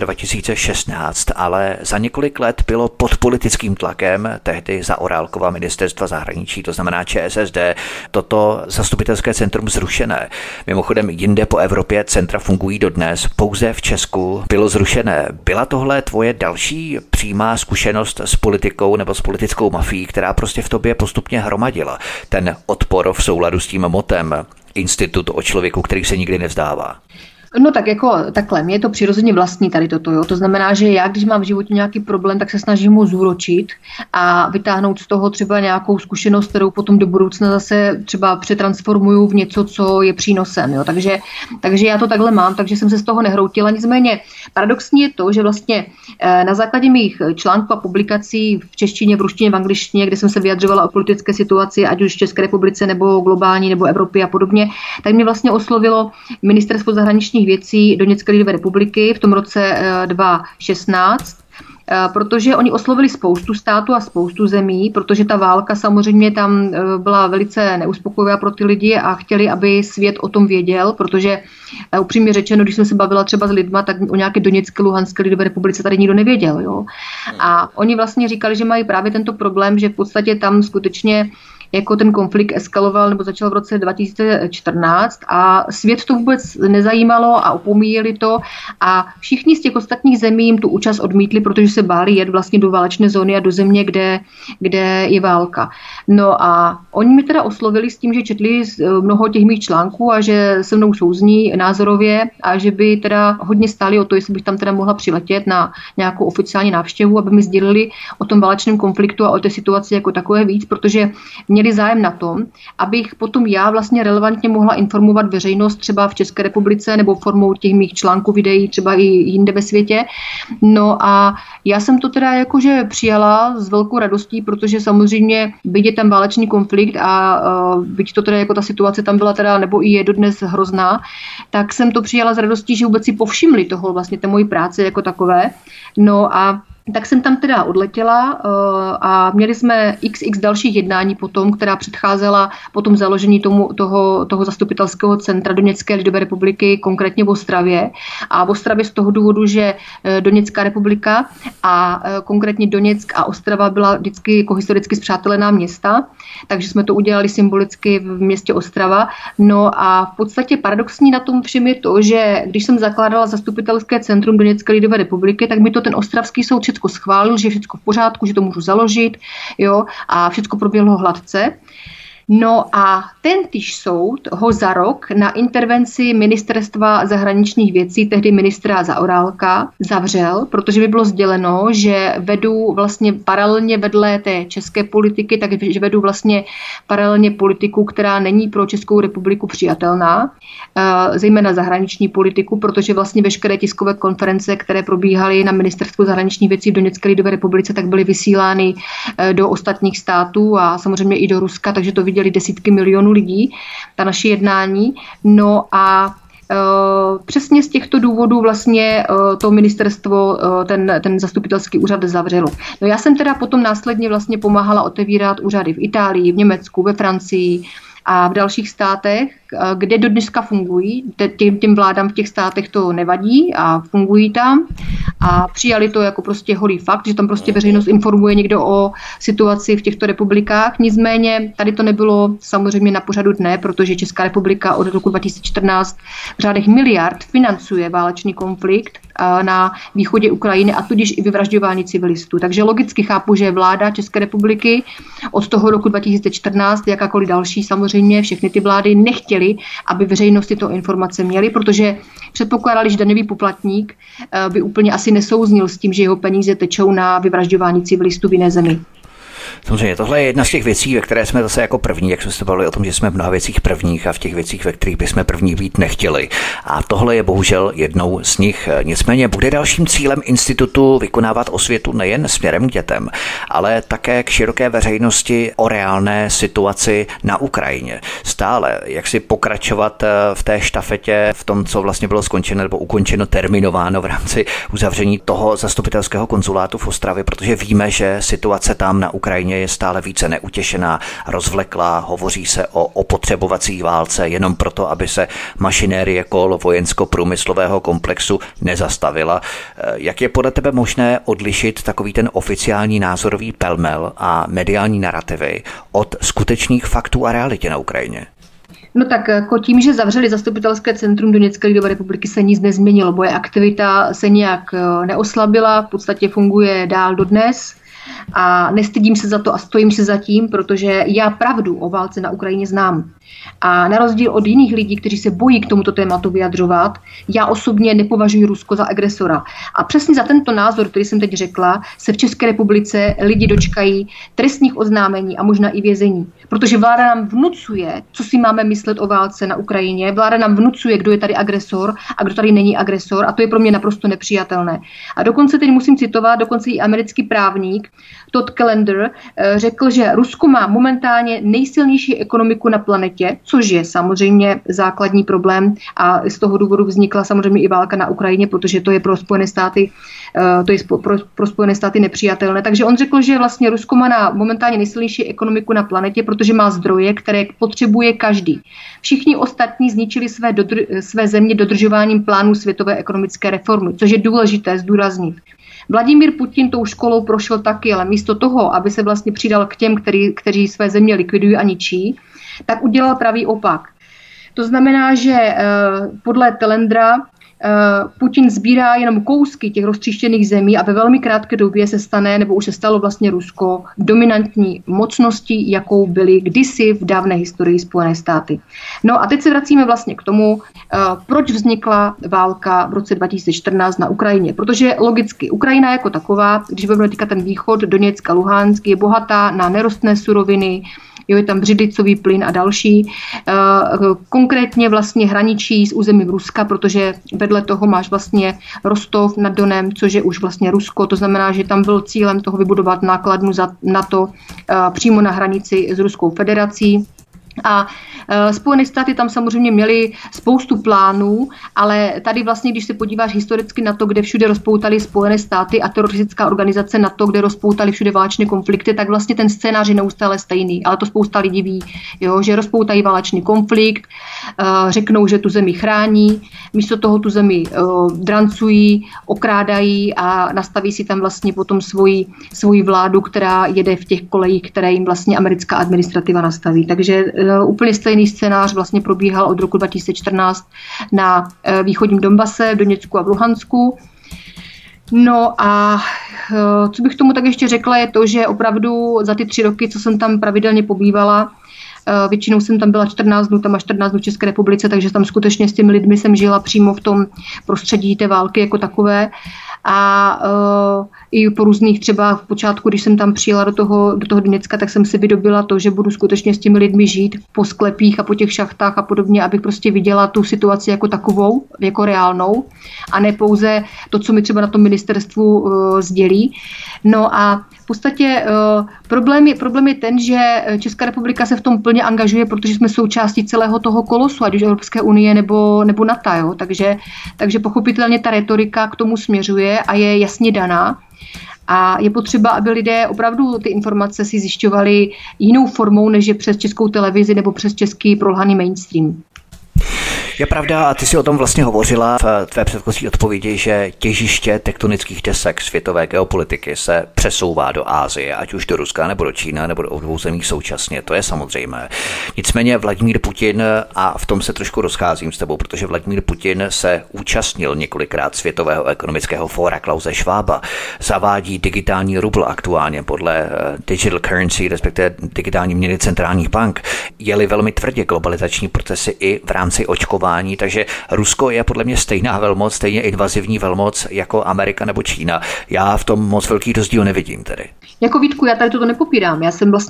2016, ale za několik let bylo pod politickým tlakem tehdy Zaorálkova ministerstva zahraničí, to znamená ČSSD, toto zastupitelské centrum zrušené. Mimochodem jinde po Evropě centra fungují dodnes, pouze v Česku bylo zrušené. Byla tohle tvoje další přímá zkušenost s politikou nebo s politickou mafií, která prostě v tobě postupně hromadila ten odpor v souladu s tím motem Institut o člověku, který se nikdy nevzdává? No tak jako takhle, mě je to přirozeně vlastní tady toto, jo. To znamená, že já, když mám v životě nějaký problém, tak se snažím ho zúročit a vytáhnout z toho třeba nějakou zkušenost, kterou potom do budoucna zase třeba přetransformuju v něco, co je přínosem, jo. Takže já to takhle mám, takže jsem se z toho nehroutila. Nicméně paradoxní je to, že vlastně na základě mých článků a publikací v češtině, v ruštině, v angličtině, kde jsem se vyjadřovala o politické situaci, ať už v České republice nebo globální nebo Evropě a podobně, tak mě vlastně oslovilo Ministerstvo zahraničních věcí Doněcké lidové republiky v tom roce 2016, protože oni oslovili spoustu států a spoustu zemí, protože ta válka samozřejmě tam byla velice neuspokojivá pro ty lidi a chtěli, aby svět o tom věděl, protože upřímně řečeno, když jsem se bavila třeba s lidma, tak o nějaké Doněcké, Luhanské lidové republice tady nikdo nevěděl. Jo? A oni vlastně říkali, že mají právě tento problém, že v podstatě tam skutečně jako ten konflikt eskaloval nebo začal v roce 2014 a svět to vůbec nezajímalo a opomíjeli to a všichni z těch ostatních zemí jim tu účast odmítli, protože se báli jet vlastně do válečné zóny a do země, kde je válka. No a oni mi teda oslovili s tím, že četli mnoho těch mých článků a že se mnou souzní názorově a že by teda hodně stáli o to, jestli bych tam teda mohla přiletět na nějakou oficiální návštěvu, aby mi sdělili o tom válečném konfliktu a o té situaci jako takové víc, protože měli zájem na tom, abych potom já vlastně relevantně mohla informovat veřejnost třeba v České republice nebo formou těch mých článků, videí třeba i jinde ve světě. No a já jsem to teda jakože přijala s velkou radostí, protože samozřejmě byť je tam válečný konflikt a byť to teda jako ta situace tam byla teda nebo i je dodnes hrozná, tak jsem to přijala s radostí, že vůbec si povšimli toho vlastně té mojí práce jako takové. No a tak jsem tam teda odletěla a měli jsme XX dalších jednání potom, která předcházela potom založení toho zastupitelského centra Doněcké lidové republiky, konkrétně v Ostravě. A v Ostravě z toho důvodu, že Doněcká republika a konkrétně Doněck a Ostrava byla vždycky jako historicky spřátelená města, takže jsme to udělali symbolicky v městě Ostrava. No a v podstatě paradoxní na tom všem je to, že když jsem zakládala zastupitelské centrum Doněcké lidové republiky, tak mi to ten ostravský soud všechno schválil, že je všechno v pořádku, že to můžu založit, jo, a všechno proběhlo hladce. No a tentýž soud ho za rok na intervenci Ministerstva zahraničních věcí, tehdy ministra Zaorálka, zavřel, protože by bylo sděleno, že vedu vlastně paralelně vedle té české politiky, takže vedu vlastně paralelně politiku, která není pro Českou republiku přijatelná, zejména zahraniční politiku, protože vlastně veškeré tiskové konference, které probíhaly na Ministerstvu zahraničních věcí v Doněcké lidové republice, tak byly vysílány do ostatních států a samozřejmě i do Ruska, takže to viděli desítky milionů lidí, ta naše jednání. No a přesně z těchto důvodů vlastně to ministerstvo, ten zastupitelský úřad zavřelo. No já jsem teda potom následně vlastně pomáhala otevírat úřady v Itálii, v Německu, ve Francii a v dalších státech, kde do dneska fungují. Těm vládám v těch státech to nevadí a fungují tam a přijali to jako prostě holý fakt, že tam prostě veřejnost informuje někdo o situaci v těchto republikách. Nicméně tady to nebylo samozřejmě na pořadu dne, protože Česká republika od roku 2014 v řádech miliard financuje válečný konflikt na východě Ukrajiny a tudíž i vyvražďování civilistů. Takže logicky chápu, že vláda České republiky od toho roku 2014, jakákoliv další samozřejmě, všechny ty vlády nechtěly, aby veřejnost tyto informace měly, protože předpokládali, že daňový poplatník by úplně asi nesouznil s tím, že jeho peníze tečou na vyvražďování civilistů v jiné zemi. Samozřejmě, tohle je jedna z těch věcí, ve které jsme zase jako první, jak jsme se bavili o tom, že jsme v mnoha věcích prvních a v těch věcích, ve kterých bychom první být nechtěli. A tohle je bohužel jednou z nich. Nicméně bude dalším cílem institutu vykonávat osvětu nejen směrem k dětem, ale také k široké veřejnosti o reálné situaci na Ukrajině. Stále, jak si pokračovat v té štafetě, v tom, co vlastně bylo skončeno nebo ukončeno, terminováno v rámci uzavření toho zastupitelského konzulátu v Ostravě, protože víme, že situace tam na Ukrajině je stále více neutěšená, rozvleklá, hovoří se o opotřebovací válce jenom proto, aby se mašinérie kol vojensko-průmyslového komplexu nezastavila. Jak je podle tebe možné odlišit takový ten oficiální názorový pelmel a mediální narrativy od skutečných faktů a reality na Ukrajině? No tak jako tím, že zavřeli zastupitelské centrum Doněcké lidové republiky, se nic nezměnilo. Moje aktivita se nijak neoslabila, v podstatě funguje dál dodnes. A nestydím se za to a stojím si za tím, protože já pravdu o válce na Ukrajině znám. A na rozdíl od jiných lidí, kteří se bojí k tomuto tématu vyjadřovat, já osobně nepovažuji Rusko za agresora. A přesně za tento názor, který jsem teď řekla, se v České republice lidi dočkají trestních oznámení a možná i vězení. Protože vláda nám vnucuje, co si máme myslet o válce na Ukrajině. Vláda nám vnucuje, kdo je tady agresor a kdo tady není agresor. A to je pro mě naprosto nepřijatelné. A dokonce teď musím citovat, dokonce i americký právník Todd Callender řekl, že Rusko má momentálně nejsilnější ekonomiku na planetě, což je samozřejmě základní problém a z toho důvodu vznikla samozřejmě i válka na Ukrajině, protože to je pro Spojené státy, pro Spojené státy nepřijatelné. Takže on řekl, že vlastně Rusko má momentálně nejsilnější ekonomiku na planetě, protože má zdroje, které potřebuje každý. Všichni ostatní zničili své země dodržováním plánu světové ekonomické reformy, což je důležité zdůraznit. Vladimír Putin tou školou prošel taky, ale místo toho, aby se vlastně přidal k těm, kteří své země likvidují a ničí, tak udělal pravý opak. To znamená, že podle Telendra Putin sbírá jenom kousky těch roztříštěných zemí a ve velmi krátké době se stane, nebo už se stalo vlastně Rusko, dominantní mocností, jakou byly kdysi v dávné historii Spojené státy. No a teď se vracíme vlastně k tomu, proč vznikla válka v roce 2014 na Ukrajině. Protože logicky Ukrajina jako taková, když budeme týkat ten východ, Doněck a Luhansk, je bohatá na nerostné suroviny, je tam břidlicový plyn a další. Konkrétně vlastně hraničí s územím Ruska, protože vedle toho máš vlastně Rostov nad Donem, což je už vlastně Rusko. To znamená, že tam byl cílem toho vybudovat nákladnu za NATO přímo na hranici s Ruskou federací. A Spojené státy tam samozřejmě měly spoustu plánů, ale tady vlastně, když se podíváš historicky na to, kde všude rozpoutali Spojené státy a teroristická organizace NATO, kde rozpoutali všude válečné konflikty, tak vlastně ten scénář je neustále stejný. Ale to spousta lidí ví, jo, že rozpoutají válečný konflikt, řeknou, že tu zemi chrání, místo toho tu zemi drancují, okrádají a nastaví si tam vlastně potom svoji vládu, která jede v těch kolejích, které jim vlastně americká administrativa nastaví. Takže úplně stejný scénář vlastně probíhal od roku 2014 na východním Donbase, v Doněcku a v Luhansku. No a co bych tomu tak ještě řekla, je to, že opravdu za ty 3 roky, co jsem tam pravidelně pobývala, většinou jsem tam byla 14 dnů, tam má 14 dnů v České republice, takže tam skutečně s těmi lidmi jsem žila přímo v tom prostředí té války jako takové. A i po různých třeba v počátku, když jsem tam přijela do toho Doněcka, tak jsem si vydobila to, že budu skutečně s těmi lidmi žít po sklepích a po těch šachtách a podobně, abych prostě viděla tu situaci jako takovou, jako reálnou a ne pouze to, co mi třeba na tom ministerstvu sdělí. No a v podstatě problém je ten, že Česká republika se v tom plně angažuje, protože jsme součástí celého toho kolosu, ať už Evropské unie nebo NATO. Jo? Takže pochopitelně ta retorika k tomu směřuje a je jasně daná. A je potřeba, aby lidé opravdu ty informace si zjišťovali jinou formou, než je přes Českou televizi nebo přes český prolhaný mainstream. Je pravda, a ty jsi o tom vlastně hovořila v tvé předchozí odpovědi, že těžiště tektonických desek světové geopolitiky se přesouvá do Asie, ať už do Ruska, nebo do Číny, nebo do obou zemí současně, to je samozřejmé. Nicméně Vladimír Putin, a v tom se trošku rozcházím s tebou, protože Vladimír Putin se účastnil několikrát Světového ekonomického fóra Klause Schwaba, zavádí digitální rubl aktuálně podle digital currency, respektive digitální měny centrálních bank, jeli velmi tvrdě globalizační procesy i v rámci očkování, takže Rusko je podle mě stejná velmoc, stejně invazivní velmoc jako Amerika nebo Čína. Já v tom moc velký rozdíl nevidím tedy. Jako Vítku, já tady toto nepopírám.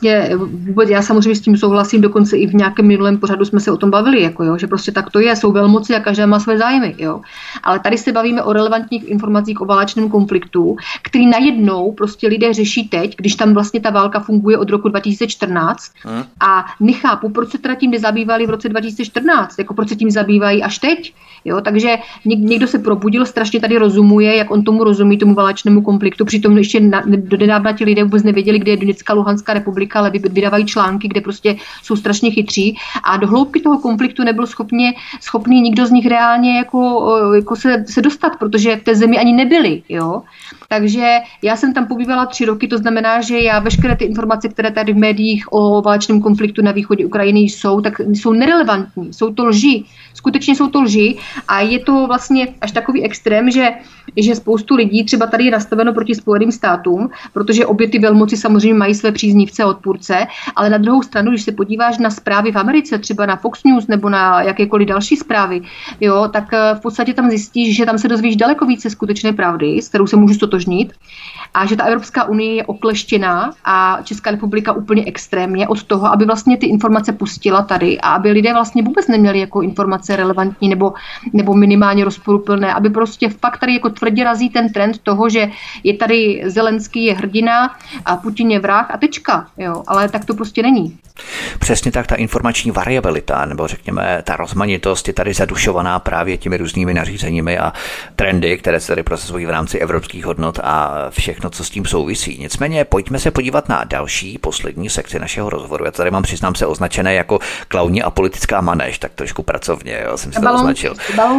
Já samozřejmě s tím souhlasím, dokonce i v nějakém minulém pořadu jsme se o tom bavili, že prostě tak to je, jsou velmoci a každá má své zájmy. Jo. Ale tady se bavíme o relevantních informacích o válečném konfliktu, který najednou prostě lidé řeší teď, když tam vlastně ta válka funguje od roku 2014 a nechápu, proč se teda tím nezabývali v roce 2014, proč se tím zabývají až teď. Jo? Takže někdo se probudil, strašně tady rozumuje, jak on tomu rozumí, tomu válečnému konfliktu, přitom ještě donedávna ti lidé vůbec nevěděli, kde je Doněcká Luhanská republika, ale vydávají články, kde prostě jsou strašně chytří a do hloubky toho konfliktu nebyl schopný nikdo z nich reálně jako se dostat, protože v té zemi ani nebyli. Jo? Takže já jsem tam pobývala 3 roky, to znamená, že já veškeré ty informace, které tady v médiích o válečném konfliktu na východě Ukrajiny jsou, tak jsou nerelevantní, jsou to lži. Skutečně jsou to lži a je to vlastně až takový extrém, že spoustu lidí třeba tady je nastaveno proti Spojeným státům, protože obě ty velmoci samozřejmě mají své příznivce a odpůrce, ale na druhou stranu, když se podíváš na zprávy v Americe, třeba na Fox News nebo na jakékoliv další zprávy, jo, tak v podstatě tam zjistíš, že tam se dozvíš daleko více skutečné pravdy, s kterou se můžu stotožnit, a že ta Evropská unie je okleštěná a Česká republika úplně extrémně od toho, aby vlastně ty informace pustila tady a aby lidé vlastně vůbec neměli jako informace relevantní nebo minimálně rozporuplné, aby prostě fakt tady jako tvrdě razí ten trend toho, že je tady Zelenský je hrdina a Putin je vrah a tečka, jo, ale tak to prostě není. Přesně tak, ta informační variabilita, nebo řekněme ta rozmanitost je tady zadušovaná právě těmi různými nařízeními a trendy, které se tady prosazují v rámci evropských hodnot a všechno, co s tím souvisí. Nicméně pojďme se podívat na další, poslední sekci našeho rozhovoru. Já tady mám, přiznám se, označené jako klauní a politická manéž, tak trošku pracovně, jo, jsem si to označil.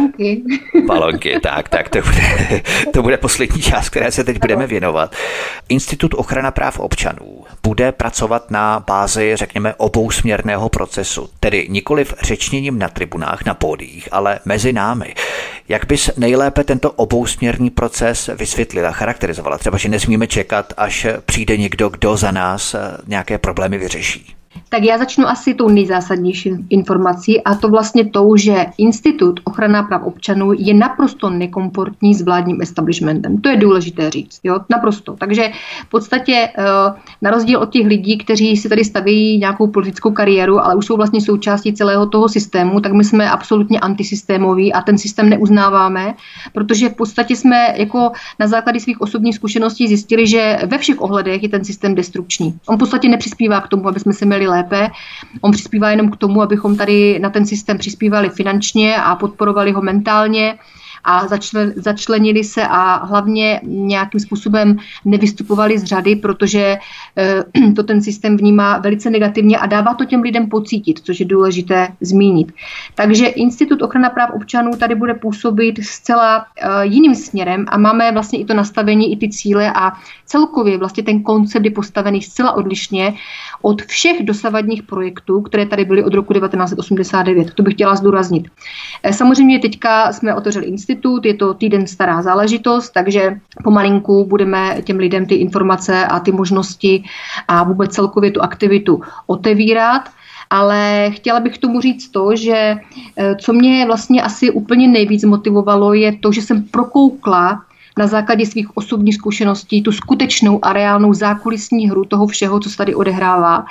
Balonky, tak, to bude poslední část, které se teď budeme věnovat. Institut ochrana práv občanů bude pracovat na bázi, řekněme, obousměrného procesu, tedy nikoliv řečněním na tribunách, na pódiích, ale mezi námi. Jak bys nejlépe tento obousměrný proces vysvětlila, charakterizovala? Třeba, že nesmíme čekat, až přijde někdo, kdo za nás nějaké problémy vyřeší. Tak já začnu asi tou nejzásadnější informací a to vlastně tou, že Institut ochrana práv občanů je naprosto nekomportní s vládním establishmentem. To je důležité říct, jo, naprosto. Takže v podstatě na rozdíl od těch lidí, kteří si tady staví nějakou politickou kariéru, ale už jsou vlastně součástí celého toho systému, tak my jsme absolutně antisystémoví a ten systém neuznáváme, protože v podstatě jsme jako na základě svých osobních zkušeností zjistili, že ve všech ohledech je ten systém destrukční. On v podstatě nepřispívá k tomu, aby jsme se měli lépe. On přispívá jenom k tomu, abychom tady na ten systém přispívali finančně a podporovali ho mentálně a začlenili se a hlavně nějakým způsobem nevystupovali z řady, protože to ten systém vnímá velice negativně a dává to těm lidem pocítit, což je důležité zmínit. Takže Institut ochrana práv občanů tady bude působit zcela jiným směrem a máme vlastně i to nastavení, i ty cíle a celkově vlastně ten koncept je postavený zcela odlišně od všech dosavadních projektů, které tady byly od roku 1989. To bych chtěla zdůraznit. Samozřejmě teďka jsme otevřeli institut, je to týden stará záležitost, takže pomalinku budeme těm lidem ty informace a ty možnosti a vůbec celkově tu aktivitu otevírat. Ale chtěla bych k tomu říct to, že co mě vlastně asi úplně nejvíc motivovalo, je to, že jsem prokoukla na základě svých osobních zkušeností tu skutečnou a reálnou zákulisní hru toho všeho, co se tady odehrává.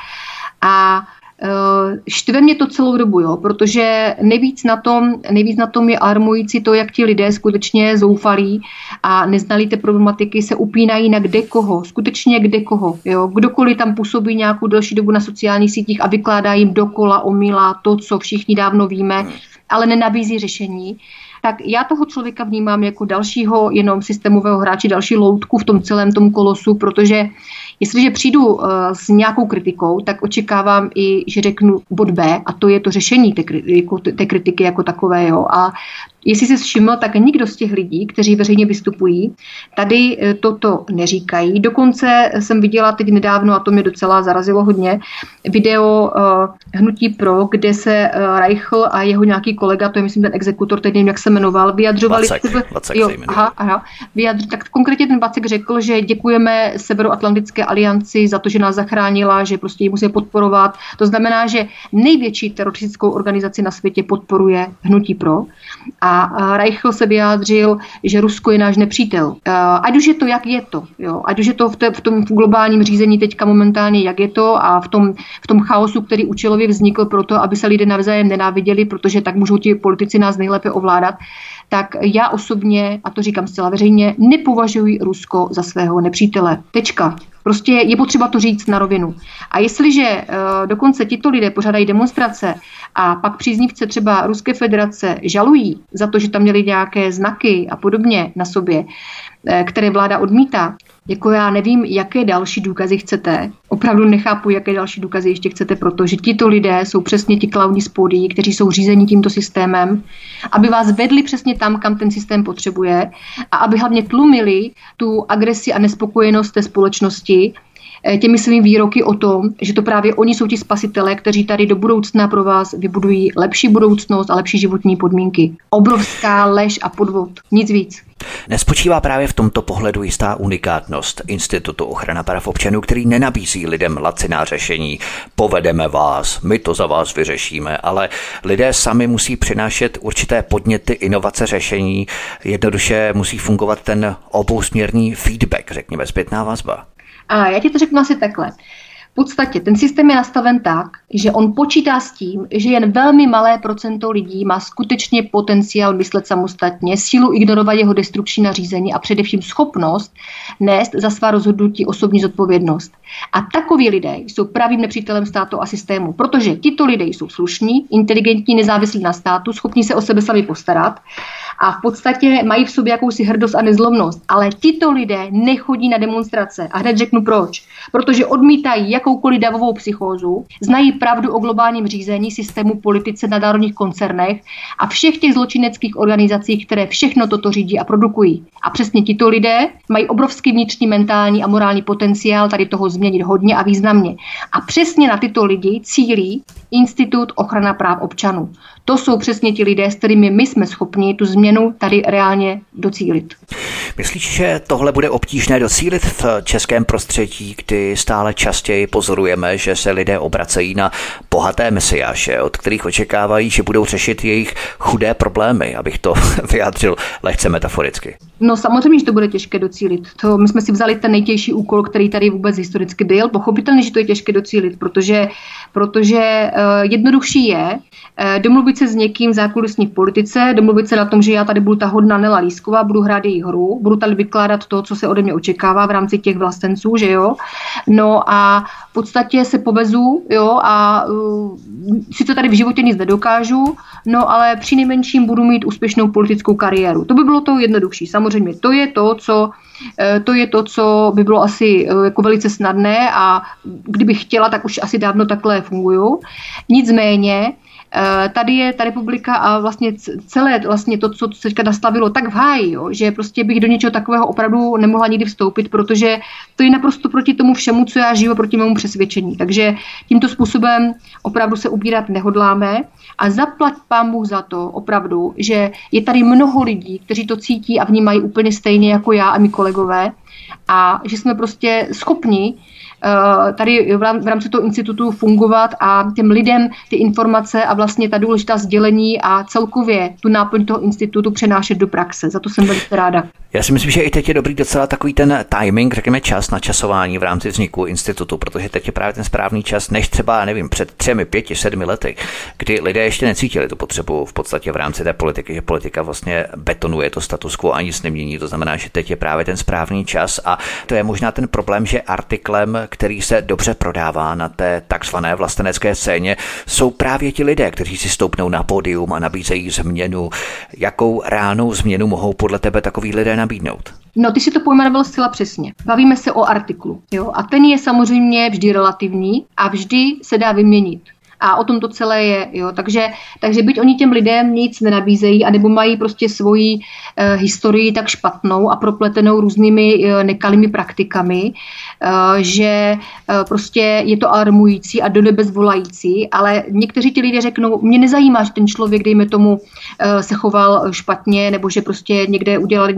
A štve mě to celou dobu, jo, protože nejvíc na tom je alarmující to, jak ti lidé skutečně zoufalí a neznalí té problematiky se upínají na kdekoho, skutečně kdekoho. Jo. Kdokoliv tam působí nějakou delší dobu na sociálních sítích a vykládá jim dokola omyla to, co všichni dávno víme, ale nenabízí řešení. Tak já toho člověka vnímám jako dalšího jenom systémového hráče, další loutku v tom celém tom kolosu, protože jestliže přijdu s nějakou kritikou, tak očekávám i, že řeknu bod B a to je to řešení té kritiky jako takové. Jo. A jestli se všiml, tak nikdo z těch lidí, kteří veřejně vystupují, tady toto neříkají. Dokonce jsem viděla teď nedávno, a to mě docela zarazilo hodně, video Hnutí pro, kde se Reichl a jeho nějaký kolega, to je myslím ten exekutor, teď nevím, jak se jmenoval, vyjadřovali... Tak konkrétně ten Vacek řekl, že děkujeme Severoatlantické alianci za to, že nás zachránila, že prostě ji musíme podporovat. To znamená, že největší teroristickou organizaci na světě podporuje Hnutí pro. A Reichl se vyjádřil, že Rusko je náš nepřítel. Ať už je to, jak je to. Jo. Ať už je to v tom globálním řízení teďka momentálně, jak je to a v tom chaosu, který účelově vznikl proto, aby se lidé navzájem nenáviděli, protože tak můžou ti politici nás nejlépe ovládat. Tak já osobně, a to říkám zcela veřejně, nepovažuji Rusko za svého nepřítele. Tečka. Prostě je potřeba to říct na rovinu. A jestliže dokonce tito lidé pořádají demonstrace a pak příznivce třeba Ruské federace žalují za to, že tam měli nějaké znaky a podobně na sobě, které vláda odmítá, Jako já nevím, jaké další důkazy chcete. Opravdu nechápu, jaké další důkazy ještě chcete, protože tito lidé jsou přesně ti klauni z pódií, kteří jsou řízeni tímto systémem, aby vás vedli přesně tam, kam ten systém potřebuje a aby hlavně tlumili tu agresi a nespokojenost té společnosti těmi svými výroky o tom, že to právě oni jsou ti spasitelé, kteří tady do budoucna pro vás vybudují lepší budoucnost a lepší životní podmínky. Obrovská lež a podvod, nic víc. Nespočívá právě v tomto pohledu jistá unikátnost Institutu ochrana práv občanů, který nenabízí lidem laciná řešení. Povedeme vás, my to za vás vyřešíme, ale lidé sami musí přinášet určité podněty, inovace, řešení. Jednoduše musí fungovat ten obousměrný feedback, řekněme, zpětná vazba. A já ti to řeknu asi takhle. V podstatě ten systém je nastaven tak, že on počítá s tím, že jen velmi malé procento lidí má skutečně potenciál myslet samostatně, sílu ignorovat jeho destrukční nařízení a především schopnost nést za svá rozhodnutí osobní zodpovědnost. A takoví lidé jsou pravým nepřítelem státu a systému, protože tito lidé jsou slušní, inteligentní, nezávislí na státu, schopní se o sebe sami postarat a v podstatě mají v sobě jakousi hrdost a nezlomnost. Ale tito lidé nechodí na demonstrace. A hned řeknu proč. Protože odmítají jakoukoliv davovou psychózu, znají pravdu o globálním řízení, systému, politice, nadnárodních koncernech a všech těch zločineckých organizacích, které všechno toto řídí a produkují. A přesně tito lidé mají obrovský vnitřní, mentální a morální potenciál tady toho změnit hodně a významně. A přesně na tyto lidi cílí Institut ochrana práv občanů. To jsou přesně ti lidé, s kterými my jsme schopni tu změnu tady reálně docílit. Myslíš, že tohle bude obtížné docílit v českém prostředí, kdy stále častěji pozorujeme, že se lidé obracejí na bohaté mesiáše, od kterých očekávají, že budou řešit jejich chudé problémy, abych to vyjádřil lehce metaforicky? No samozřejmě, že to bude těžké docílit. My jsme si vzali ten nejtěžší úkol, který tady vůbec historicky byl. Pochopitelně, že to je těžké docílit, protože jednodušší je domluvit se s někým zákulisní v politice, domluvit se na tom, že já tady budu ta hodná Nela Lísková, budu hrát její hru, budu tady vykládat to, co se ode mě očekává v rámci těch vlastenců, že jo. No a v podstatě se povezu, jo, a sice tady v životě nic nedokážu, no ale přinejmenším budu mít úspěšnou politickou kariéru. To by bylo to jednodušší. Samozřejmě to je to, co by bylo asi jako velice snadné a kdybych chtěla, tak už asi dávno takhle funguju. Nicméně tady je ta republika a vlastně celé vlastně to, co se teďka nastavilo, tak v háji, jo, že prostě bych do něčeho takového opravdu nemohla nikdy vstoupit, protože to je naprosto proti tomu všemu, co já žiju, proti mému přesvědčení. Takže tímto způsobem opravdu se ubírat nehodláme a zaplať pán Bůh za to opravdu, že je tady mnoho lidí, kteří to cítí a vnímají úplně stejně jako já a mý kolegové a že jsme prostě schopni tady v rámci toho institutu fungovat a těm lidem ty informace a vlastně ta důležitá sdělení a celkově tu náplň toho institutu přenášet do praxe. Za to jsem velice ráda. Já si myslím, že i teď je dobrý docela takový ten timing, řekněme čas na časování v rámci vzniku institutu, protože teď je právě ten správný čas, než třeba, nevím, před 3, 5, 7 lety, kdy lidé ještě necítili tu potřebu v podstatě v rámci té politiky, že politika vlastně betonuje to status quo a nic nemění. To znamená, že teď je právě ten správný čas a to je možná ten problém, že artiklem, který se dobře prodává na té takzvané vlastenecké scéně, jsou právě ti lidé, kteří si stoupnou na pódium a nabízejí změnu. Jakou reálnou změnu mohou podle tebe takoví lidé nabídnout? No, ty si to pojmenoval zcela přesně. Bavíme se o artiklu, jo? A ten je samozřejmě vždy relativní a vždy se dá vyměnit. A o tom to celé je, jo. Takže byť oni těm lidem nic nenabízejí, anebo mají prostě svoji historii tak špatnou a propletenou různými nekalými praktikami, že prostě je to alarmující a do nebes volající, ale někteří ti lidé řeknou, mě nezajímá, že ten člověk, dejme tomu, se choval špatně, nebo že prostě někde udělali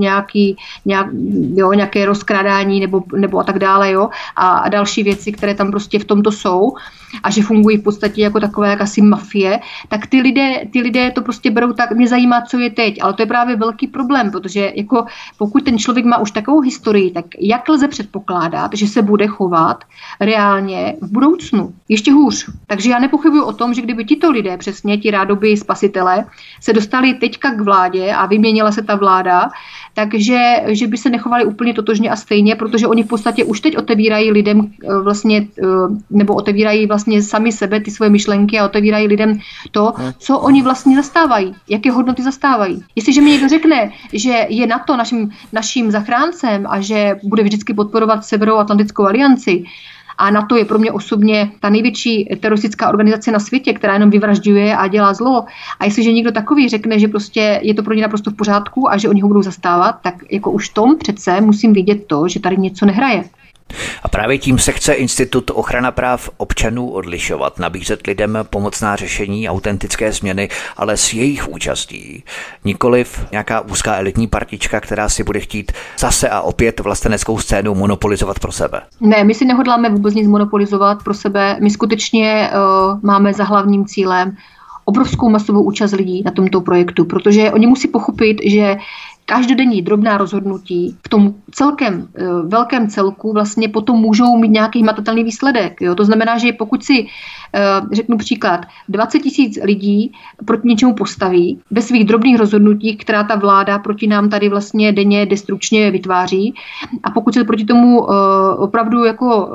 nějaké rozkrádání nebo a tak dále, jo, a další věci, které tam prostě v tomto jsou a že fungují v podstatě jako takové jakási mafie, tak ty lidé to prostě berou tak, mě zajímá, co je teď, ale to je právě velký problém, protože jako pokud ten člověk má už takovou historii, tak jak lze předpokládat, že se bude chovat reálně v budoucnu? Ještě hůř. Takže já nepochybuju o tom, že kdyby tito lidé, přesně ti rádoby spasitelé, se dostali teďka k vládě a vyměnila se ta vláda, takže že by se nechovali úplně totožně a stejně, protože oni v podstatě už teď otevírají lidem vlastně, nebo otevírají vlastně sami sebe, ty svoje myšlenky a otevírají lidem to, co oni vlastně zastávají, jaké hodnoty zastávají. Jestliže mi někdo řekne, že je NATO naším zachráncem a že bude vždycky podporovat Severoatlantickou alianci, a NATO je pro mě osobně ta největší teroristická organizace na světě, která jenom vyvražďuje a dělá zlo. A jestliže někdo takový řekne, že prostě je to pro ně naprosto v pořádku a že oni ho budou zastávat, tak jako už tom přece musím vidět to, že tady něco nehraje. A právě tím se chce Institut ochrana práv občanů odlišovat, nabízet lidem pomocná řešení, autentické změny, ale s jejich účastí. Nikoliv nějaká úzká elitní partička, která si bude chtít zase a opět vlasteneckou scénu monopolizovat pro sebe. Ne, my si nehodláme vůbec nic monopolizovat pro sebe. My skutečně máme za hlavním cílem obrovskou masovou účast lidí na tomto projektu, protože oni musí pochopit, že každodenní drobná rozhodnutí v tom velkém celku vlastně potom můžou mít nějaký hmatatelný výsledek. Jo? To znamená, že pokud si, řeknu příklad, 20 000 lidí proti něčemu postaví ve svých drobných rozhodnutích, která ta vláda proti nám tady vlastně denně destrukčně vytváří, a pokud se proti tomu opravdu jako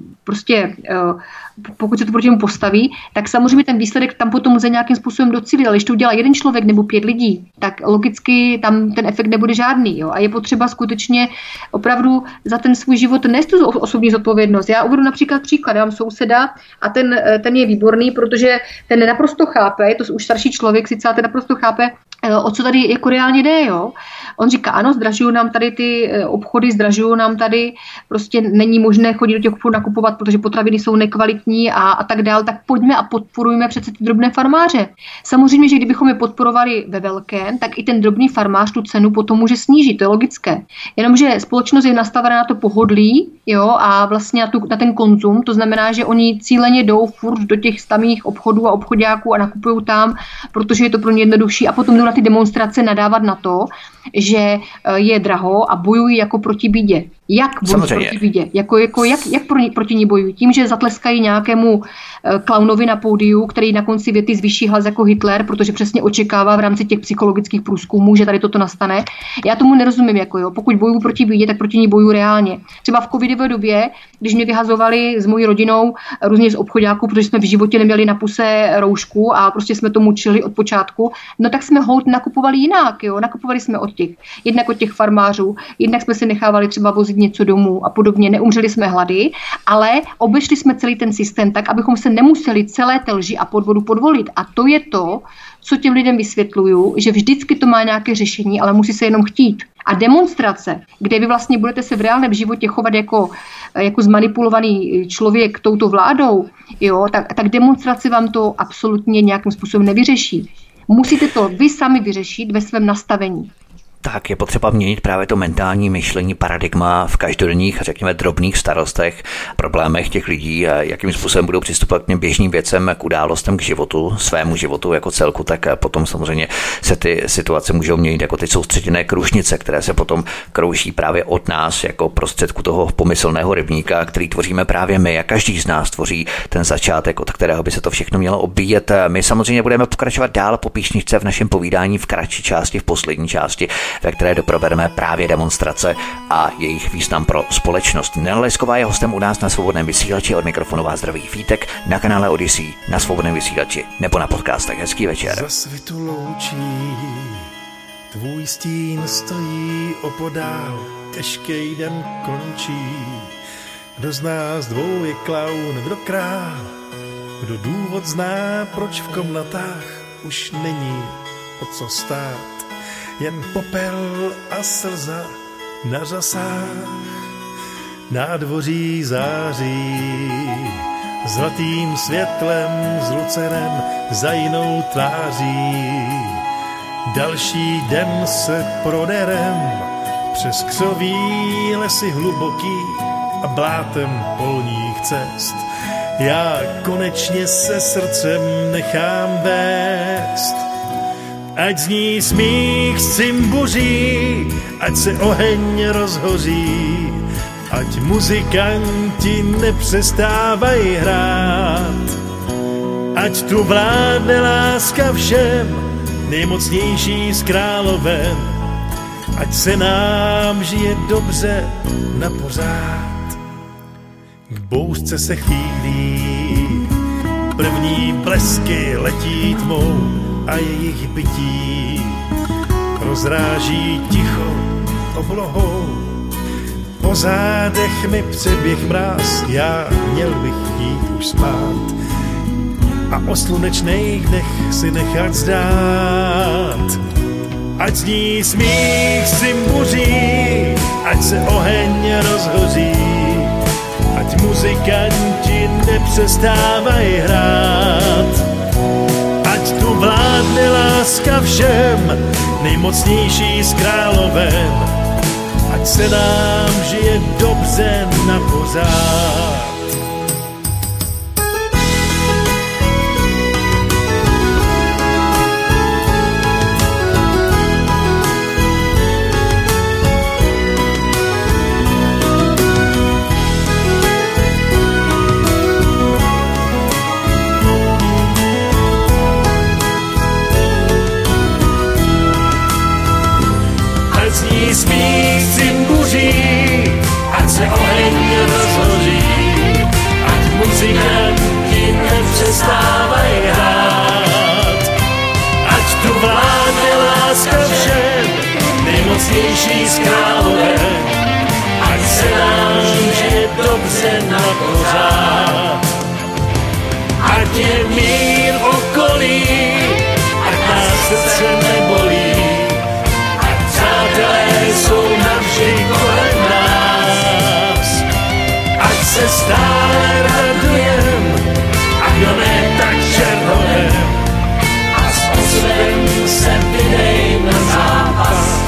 pokud se to proti němu postaví, tak samozřejmě ten výsledek tam potom může nějakým způsobem docílit. Ale když to udělá jeden člověk nebo 5 lidí, tak logicky tam ten efekt nebude žádný. Jo? A je potřeba skutečně opravdu za ten svůj život nést tu osobní zodpovědnost. Já uvedu například příklad. Já mám souseda a ten je výborný, protože ten naprosto chápe, je to už starší člověk sice, ale ten naprosto chápe, o co tady jako reálně jde. Jo? On říká, ano, zdražují nám tady ty obchody, zdražují nám tady, prostě není možné chodit do těch obchodů nakupovat, protože potraviny jsou nekvalitní a tak dál, tak pojďme a podporujme přece ty drobné farmáře. Samozřejmě, že kdybychom je podporovali ve velkém, tak i ten drobný farmář tu cenu potom může snížit, to je logické. Jenomže společnost je nastavená na to pohodlí, jo, a vlastně na ten konzum, to znamená, že oni cíleně jdou furt do těch samých obchodů a obchodáků a nakupují tam, protože je to pro ně jednodušší, a potom jdou na ty demonstrace nadávat na to, že je draho a bojují jako proti bídě. Jak bojují proti bídě? Jak proti ní bojují? Tím, že zatleskají nějakému klaunovi na pódiu, který na konci věty zvýší hlas jako Hitler, protože přesně očekává v rámci těch psychologických průzkumů, že tady toto nastane. Já tomu nerozumím, pokud bojují proti bídě, tak proti ní bojují reálně. Třeba v covidové době, když mě vyhazovali s mojí rodinou různě z obchodáků, protože jsme v životě neměli na puse roušku a prostě jsme to mučili od počátku, no tak jsme holt nakupovali jinak, jo? Nakupovali jsme jednak od těch farmářů, jednak jsme si nechávali třeba vozit něco domů a podobně, neumřeli jsme hlady, ale obešli jsme celý ten systém tak, abychom se nemuseli celé té lži a podvodu podvolit. A to je to, co těm lidem vysvětluju, že vždycky to má nějaké řešení, ale musí se jenom chtít. A demonstrace, kde vy vlastně budete se v reálném životě chovat jako zmanipulovaný člověk touto vládou, jo, tak demonstrace vám to absolutně nějakým způsobem nevyřeší. Musíte to vy sami vyřešit ve svém nastavení. Tak je potřeba měnit právě to mentální myšlení, paradigma v každodenních, řekněme, drobných starostech, problémech těch lidí, a jakým způsobem budou přistupovat k těm běžným věcem, k událostem, k životu, svému životu jako celku, tak potom samozřejmě se ty situace můžou měnit jako ty soustředěné krušnice, které se potom krouží právě od nás jako prostředku toho pomyslného rybníka, který tvoříme právě my, a každý z nás tvoří ten začátek, od kterého by se to všechno mělo obíjet. My samozřejmě budeme pokračovat dál po písničce v našem povídání v kratší části, v poslední části, ve které doprovedeme právě demonstrace a jejich význam pro společnost. Nela Lesková je hostem u nás na Svobodném vysílači, od mikrofonu vás zdraví Vítek, na kanále Odyssey, na Svobodném vysílači nebo na podcastech. Hezký večer. Za svitu loučí, tvůj stín stojí opodál, těžký den končí. Kdo z nás dvou je klaun, kdo král, kdo důvod zná, proč v komnatách už není o co stát. Jen popel a slza na řasách, nádvoří září, zlatým světlem s lucerem za jinou tváří. Další den se proderem přes křoví lesy hluboký a blátem polních cest. Já konečně se srdcem nechám vést, ať zní smích z cimbuří, ať se oheň rozhoří, ať muzikanti nepřestávají hrát, ať tu vládne láska všem, nejmocnější z královen, ať se nám žije dobře na pořád. K bouřce se chýlí, první blesky letí tmou a jejich bytí rozráží ticho oblohou. Po zádech mi přeběh mráz, já měl bych jít už spát a o slunečných dnech si nechat zdát. Ať zní smích cimbuří, ať se oheň rozhoří, ať muzikanti nepřestávají hrát. Ať tu vládne láska všem, nejmocnější s královem, ať se nám žije dobře na pořád. Smích cimbuří, ať se oheň rozhoří, ať muzikanti nepřestávají hrát. Ať tu vládne láska všem, nejmocnější s královem, ať se nám žije dobře na pořád. Ať je mír v okolí, ať nás srdce nebolí, přátelé jsou navždy kolem nás. Ať se stále radujem, a kdo ne tak černovem, a s ozvem se vydej na zápas.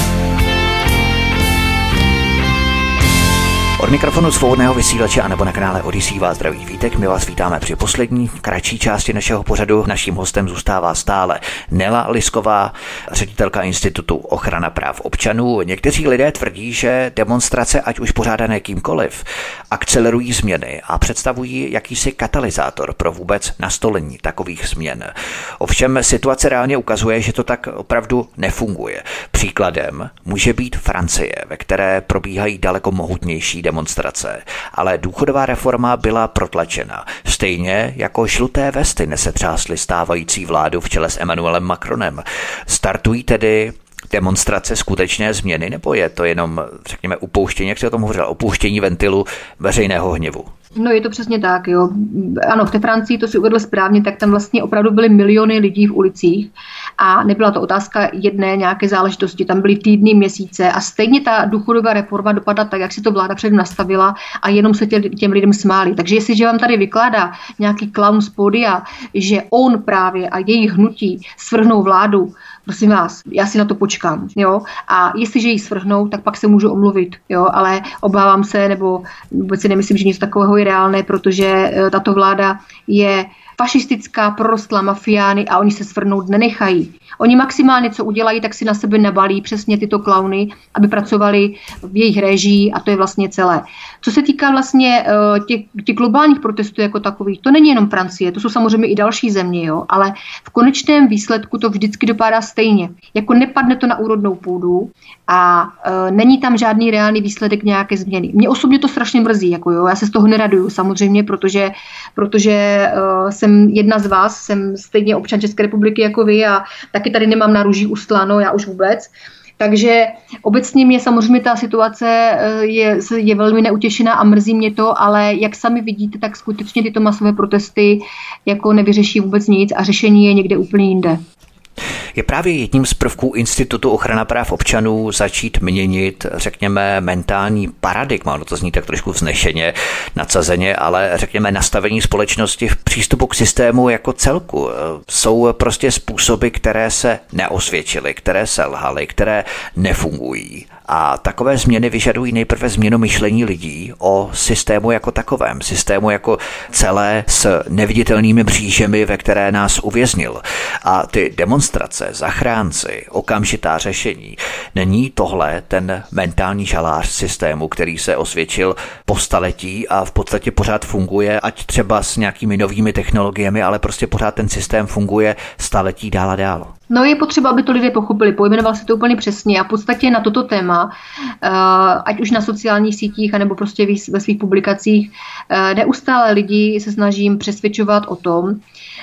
Od mikrofonu Svobodného vysílače a nebo na kanále Odyssey vás zdraví Vítek. My vás vítáme při poslední kratší části našeho pořadu. Naším hostem zůstává stále Nela Lisková, ředitelka Institutu ochrana práv občanů. Někteří lidé tvrdí, že demonstrace, ať už pořádané kýmkoliv, akcelerují změny a představují jakýsi katalyzátor pro vůbec nastolení takových změn. Ovšem situace reálně ukazuje, že to tak opravdu nefunguje. Příkladem může být Francie, ve které probíhají daleko mohutnější demonstrace, ale důchodová reforma byla protlačena. Stejně jako žluté vesty nesetřásly stávající vládu v čele s Emmanuelem Macronem. Startují tedy demonstrace skutečné změny, nebo je to jenom, řekněme, upouštění, jak se o tom hovořil, opouštění ventilu veřejného hněvu? No je to přesně tak, jo. Ano, v té Francii, to si uvedl správně, tak tam vlastně opravdu byly miliony lidí v ulicích a nebyla to otázka jedné nějaké záležitosti, tam byly týdny, měsíce a stejně ta důchodová reforma dopadla tak, jak si to vláda předem nastavila a jenom se těm lidem smáli. Takže jestliže vám tady vykládá nějaký klaun z pódia, že on právě a jejich hnutí svrhnou vládu, prosím vás, já si na to počkám, jo. A jestliže ji svrhnou, tak pak se můžu omluvit, jo, ale obávám se, nebo vůbec si nemyslím, že něco takového je reálné, protože tato vláda je fašistická, prorostlá mafiány a oni se svrhnout nenechají. Oni maximálně, co udělají, tak si na sebe nabalí přesně tyto klauny, aby pracovali v jejich réžii a to je vlastně celé. Co se týká vlastně těch globálních protestů jako takových, to není jenom Francie, to jsou samozřejmě i další země, jo, ale v konečném výsledku to vždycky dopadá stejně. Jako nepadne to na úrodnou půdu a není tam žádný reálný výsledek nějaké změny. Mě osobně to strašně mrzí, jako jo, já se z toho neraduju samozřejmě, protože jsem jedna z vás, jsem stejně občan České republiky jako vy a taky tady nemám na růží ustláno, já už vůbec. Takže obecně mě samozřejmě ta situace je velmi neutěšená a mrzí mě to, ale jak sami vidíte, tak skutečně tyto masové protesty jako nevyřeší vůbec nic a řešení je někde úplně jinde. Je právě jedním z prvků Institutu ochrana práv občanů začít měnit, řekněme, mentální paradigma, no to zní tak trošku vznešeně, nadsazeně, ale řekněme nastavení společnosti v přístupu k systému jako celku. Jsou prostě způsoby, které se neosvědčily, které selhaly, které nefungují. A takové změny vyžadují nejprve změnu myšlení lidí o systému jako takovém, systému jako celé s neviditelnými mřížemi, ve které nás uvěznil. A ty demonstrace, zachránci, okamžitá řešení, není tohle ten mentální žalář systému, který se osvědčil po staletí a v podstatě pořád funguje, ať třeba s nějakými novými technologiemi, ale prostě pořád ten systém funguje staletí dál a dál. No je potřeba, aby to lidé pochopili, pojmenoval se to úplně přesně a v podstatě na toto téma, ať už na sociálních sítích, anebo prostě ve svých publikacích, neustále lidi se snažím přesvědčovat o tom,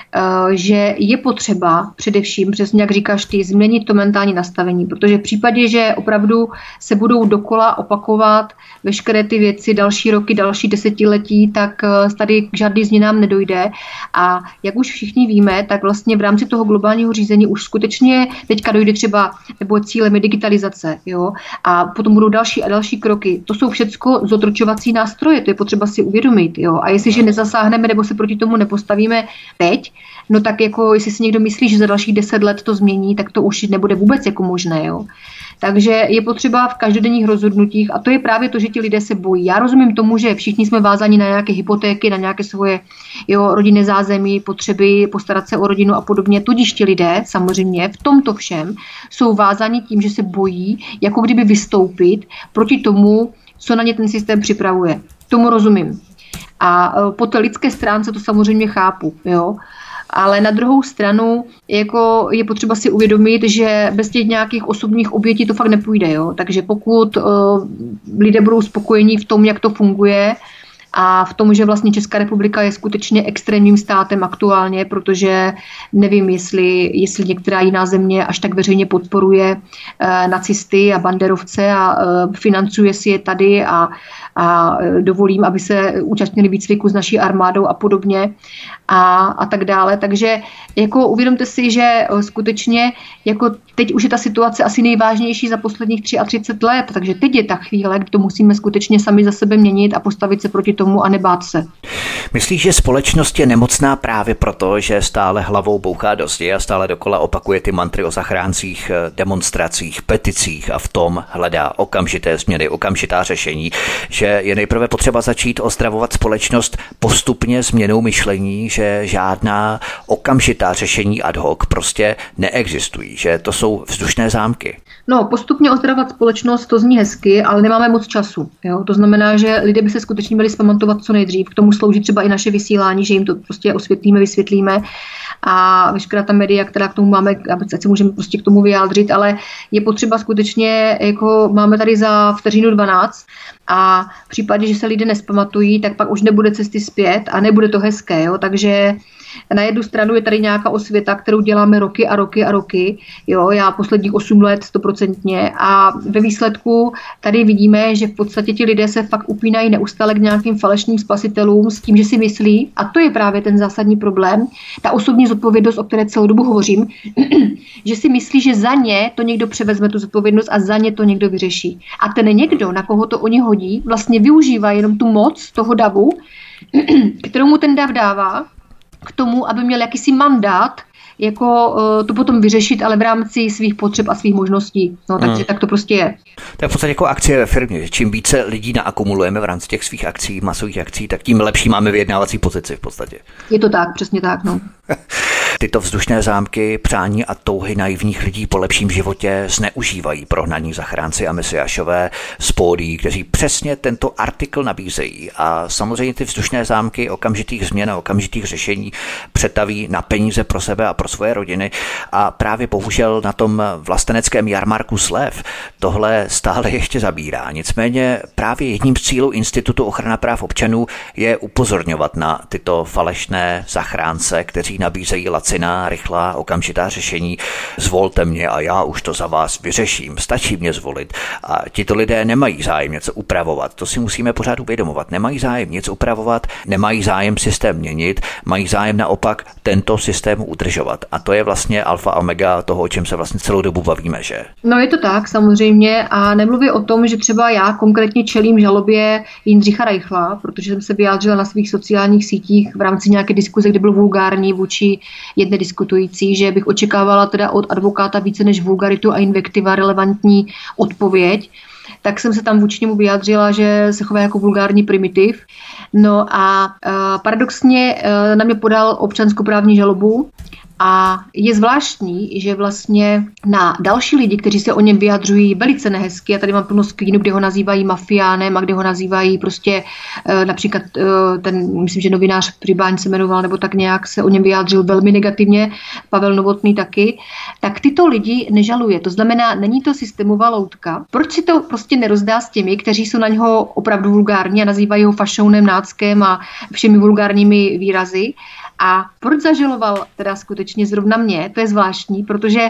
že je potřeba především, přesně jak říkáš ty, změnit to mentální nastavení, protože v případě, že opravdu se budou dokola opakovat veškeré ty věci další roky, další desetiletí, tak tady k žádným změnám nedojde. A jak už všichni víme, tak vlastně v rámci toho globálního řízení už skutečně teďka dojde třeba, nebo cílem je digitalizace, jo, a potom budou další a další kroky. To jsou všecko zotročovací nástroje, to je potřeba si uvědomit, jo. A jestliže nezasáhneme nebo se proti tomu nepostavíme teď, no tak jako jestli si někdo myslí, že za dalších 10 let to změní, tak to už nebude vůbec jako možné, jo. Takže je potřeba v každodenních rozhodnutích, a to je právě to, že ti lidé se bojí. Já rozumím tomu, že všichni jsme vázáni na nějaké hypotéky, na nějaké svoje rodinné zázemí, potřeby, postarat se o rodinu a podobně. Tudíž ti lidé samozřejmě v tomto všem jsou vázáni tím, že se bojí, jako kdyby vystoupit proti tomu, co na ně ten systém připravuje. Tomu rozumím. A po té lidské stránce to samozřejmě chápu, jo. Ale na druhou stranu jako je potřeba si uvědomit, že bez těch nějakých osobních obětí to fakt nepůjde. Jo? Takže pokud lidé budou spokojení v tom, jak to funguje a v tom, že vlastně Česká republika je skutečně extrémním státem aktuálně, protože nevím, jestli některá jiná země až tak veřejně podporuje nacisty a banderovce a financuje si je tady a dovolím, aby se účastnili výcviku s naší armádou a podobně a tak dále. Takže jako uvědomte si, že skutečně jako teď už je ta situace asi nejvážnější za posledních 33 let, takže teď je ta chvíle, kdy to musíme skutečně sami za sebe měnit a postavit se proti tomu a nebát se. Myslíš, že společnost je nemocná právě proto, že stále hlavou bouchá do zdi a stále dokola opakuje ty mantry o zachráncích, demonstracích, peticích a v tom hledá okamžité změny, okamžitá řešení, že je nejprve potřeba začít ozdravovat společnost postupně změnou myšlení, že žádná okamžitá řešení ad hoc prostě neexistují, že to jsou vzdušné zámky? No, postupně ozdravovat společnost, to zní hezky, ale nemáme moc času. Jo? To znamená, že lidé by se skutečně měli zpamatovat co nejdřív. K tomu slouží třeba i naše vysílání, že jim to prostě osvětlíme, vysvětlíme a veškerá ta média, která k tomu máme, ať se můžeme prostě k tomu vyjádřit, ale je potřeba skutečně, jako máme tady za vteřinu 12 a v případě, že se lidé nespamatují, tak pak už nebude cesty zpět a nebude to hezké, jo? Takže na jednu stranu je tady nějaká osvěta, kterou děláme roky a roky a roky. Jo, já posledních 8 let 100% a ve výsledku tady vidíme, že v podstatě ti lidé se fakt upínají neustále k nějakým falešným spasitelům s tím, že si myslí, a to je právě ten zásadní problém, ta osobní zodpovědnost, o které celou dobu hovořím, že si myslí, že za ně to někdo převezme tu zodpovědnost a za ně to někdo vyřeší. A ten někdo, na koho to oni hodí, vlastně využívá jenom tu moc toho davu, kterou mu ten dav dává, k tomu, aby měl jakýsi mandát, jako to potom vyřešit, ale v rámci svých potřeb a svých možností. No, takže tak to prostě je. To je v podstatě jako akcie ve firmě. Čím více lidí naakumulujeme v rámci těch svých akcí, masových akcí, tak tím lepší máme vyjednávací pozici v podstatě. Je to tak, přesně tak, no. Tyto vzdušné zámky, přání a touhy naivních lidí po lepším životě zneužívají prohnaní zachránci a mesiášové z pódií, kteří přesně tento artikl nabízejí. A samozřejmě ty vzdušné zámky okamžitých změn a okamžitých řešení přetaví na peníze pro sebe a pro svoje rodiny. A právě bohužel na tom vlasteneckém jarmarku slev tohle stále ještě zabírá. Nicméně právě jedním z cílů Institutu ochrana práv občanů je upozorňovat na tyto falešné zachránce, kteří nabízejí laciná, rychlá, okamžitá řešení. Zvolte mě a já už to za vás vyřeším. Stačí mě zvolit. A tito lidé nemají zájem něco upravovat. To si musíme pořád uvědomovat. Nemají zájem nic upravovat, nemají zájem systém měnit, mají zájem naopak tento systém udržovat. A to je vlastně alfa a omega toho, o čem se vlastně celou dobu bavíme, že? No je to tak, samozřejmě. A nemluví o tom, že třeba já konkrétně čelím žalobě Jindřicha Reichla, protože jsem se vyjádřila na svých sociálních sítích v rámci nějaké diskuze, kde byl vulgární vůči jedné diskutující, že bych očekávala teda od advokáta více než vulgaritu a invektiva relevantní odpověď, tak jsem se tam vůči němu vyjádřila, že se chová jako vulgární primitiv. No a paradoxně na mě podal občanskoprávní žalobu A je zvláštní, že vlastně na další lidi, kteří se o něm vyjadřují velice nehezky, a tady mám plno screenů, kde ho nazývají mafiánem a kde ho nazývají prostě například ten, myslím, že novinář Přibáň se jmenoval, nebo tak nějak se o něm vyjádřil velmi negativně, Pavel Novotný taky, tak tyto lidi nežaluje. To znamená, není to systémová loutka. Proč si to prostě nerozdá s těmi, kteří jsou na něho opravdu vulgární a nazývají ho fašounem, náckem a všemi vulgárními výrazy? A proč zažaloval teda skutečně zrovna mě? To je zvláštní, protože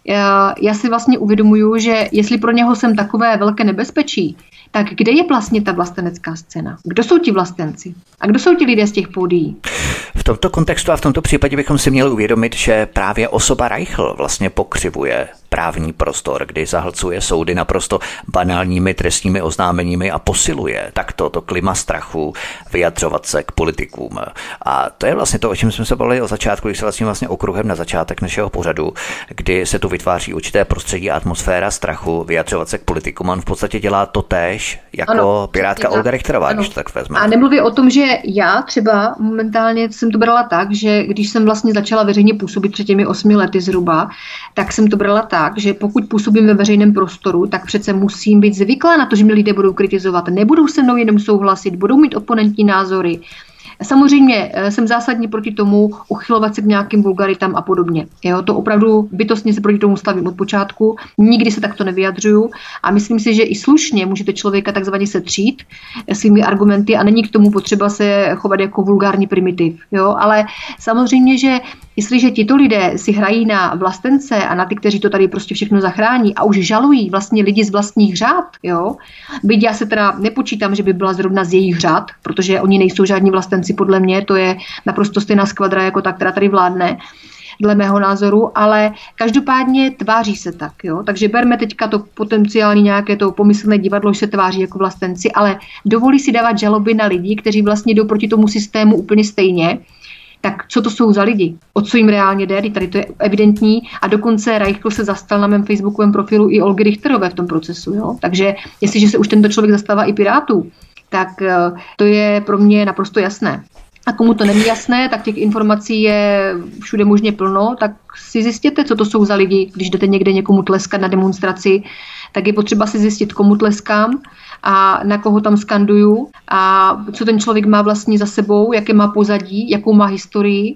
já si vlastně uvědomuju, že jestli pro něho jsem takové velké nebezpečí, tak kde je vlastně ta vlastenecká scéna? Kdo jsou ti vlastenci? A kdo jsou ti lidé z těch pódií? V tomto kontextu a v tomto případě bychom si měli uvědomit, že právě osoba Reichl vlastně pokřivuje právní prostor, kdy zahlcuje soudy naprosto banálními trestními oznámeními a posiluje takto to klima strachu vyjadřovat se k politikům. A to je vlastně to, o čem jsme se bavili od začátku, když se vlastně okruhem na začátek našeho pořadu, kdy se tu vytváří určité prostředí a atmosféra strachu vyjadřovat se k politikům. On v podstatě dělá to též jako pirátka Olga Richterová, když to tak vezme. A nemluví o tom, že já třeba momentálně jsem to brala tak, že když jsem vlastně začala veřejně působit před těmi 8 lety zhruba, tak jsem to brala tak, že pokud působím ve veřejném prostoru, tak přece musím být zvyklá na to, že mě lidé budou kritizovat, nebudou se mnou jenom souhlasit, budou mít oponentní názory. Samozřejmě jsem zásadně proti tomu uchylovat se k nějakým vulgaritám a podobně. Jo, to opravdu bytostně se proti tomu stavím od počátku, nikdy se takto nevyjadřuju a myslím si, že i slušně můžete člověka takzvaně setřít svými argumenty a není k tomu potřeba se chovat jako vulgární primitiv. Jo, ale samozřejmě, že jestliže tito lidé si hrají na vlastence a na ty, kteří to tady prostě všechno zachrání a už žalují vlastně lidi z vlastních řád, jo, byť já se teda nepočítám, že by byla zrovna z jejich řád, protože oni nejsou žádní vlastenci podle mě, to je naprosto stejná skvadra jako ta, která tady vládne, dle mého názoru, ale každopádně tváří se tak, jo. Takže berme teďka to potenciální nějaké to pomyslné divadlo, že se tváří jako vlastenci, ale dovolí si dávat žaloby na lidi, kteří vlastně jdou proti tomu systému úplně stejně. Tak co to jsou za lidi? O co jim reálně jde? Tady to je evidentní a dokonce Reichl se zastal na mém facebookovém profilu i Olgy Richterové v tom procesu. Jo? Takže jestliže se už tento člověk zastává i Pirátů, tak to je pro mě naprosto jasné. A komu to není jasné, tak těch informací je všude možně plno, tak si zjistěte, co to jsou za lidi, když jdete někde někomu tleskat na demonstraci, tak je potřeba si zjistit, komu tleskám a na koho tam skanduju a co ten člověk má vlastně za sebou, jaké má pozadí, jakou má historii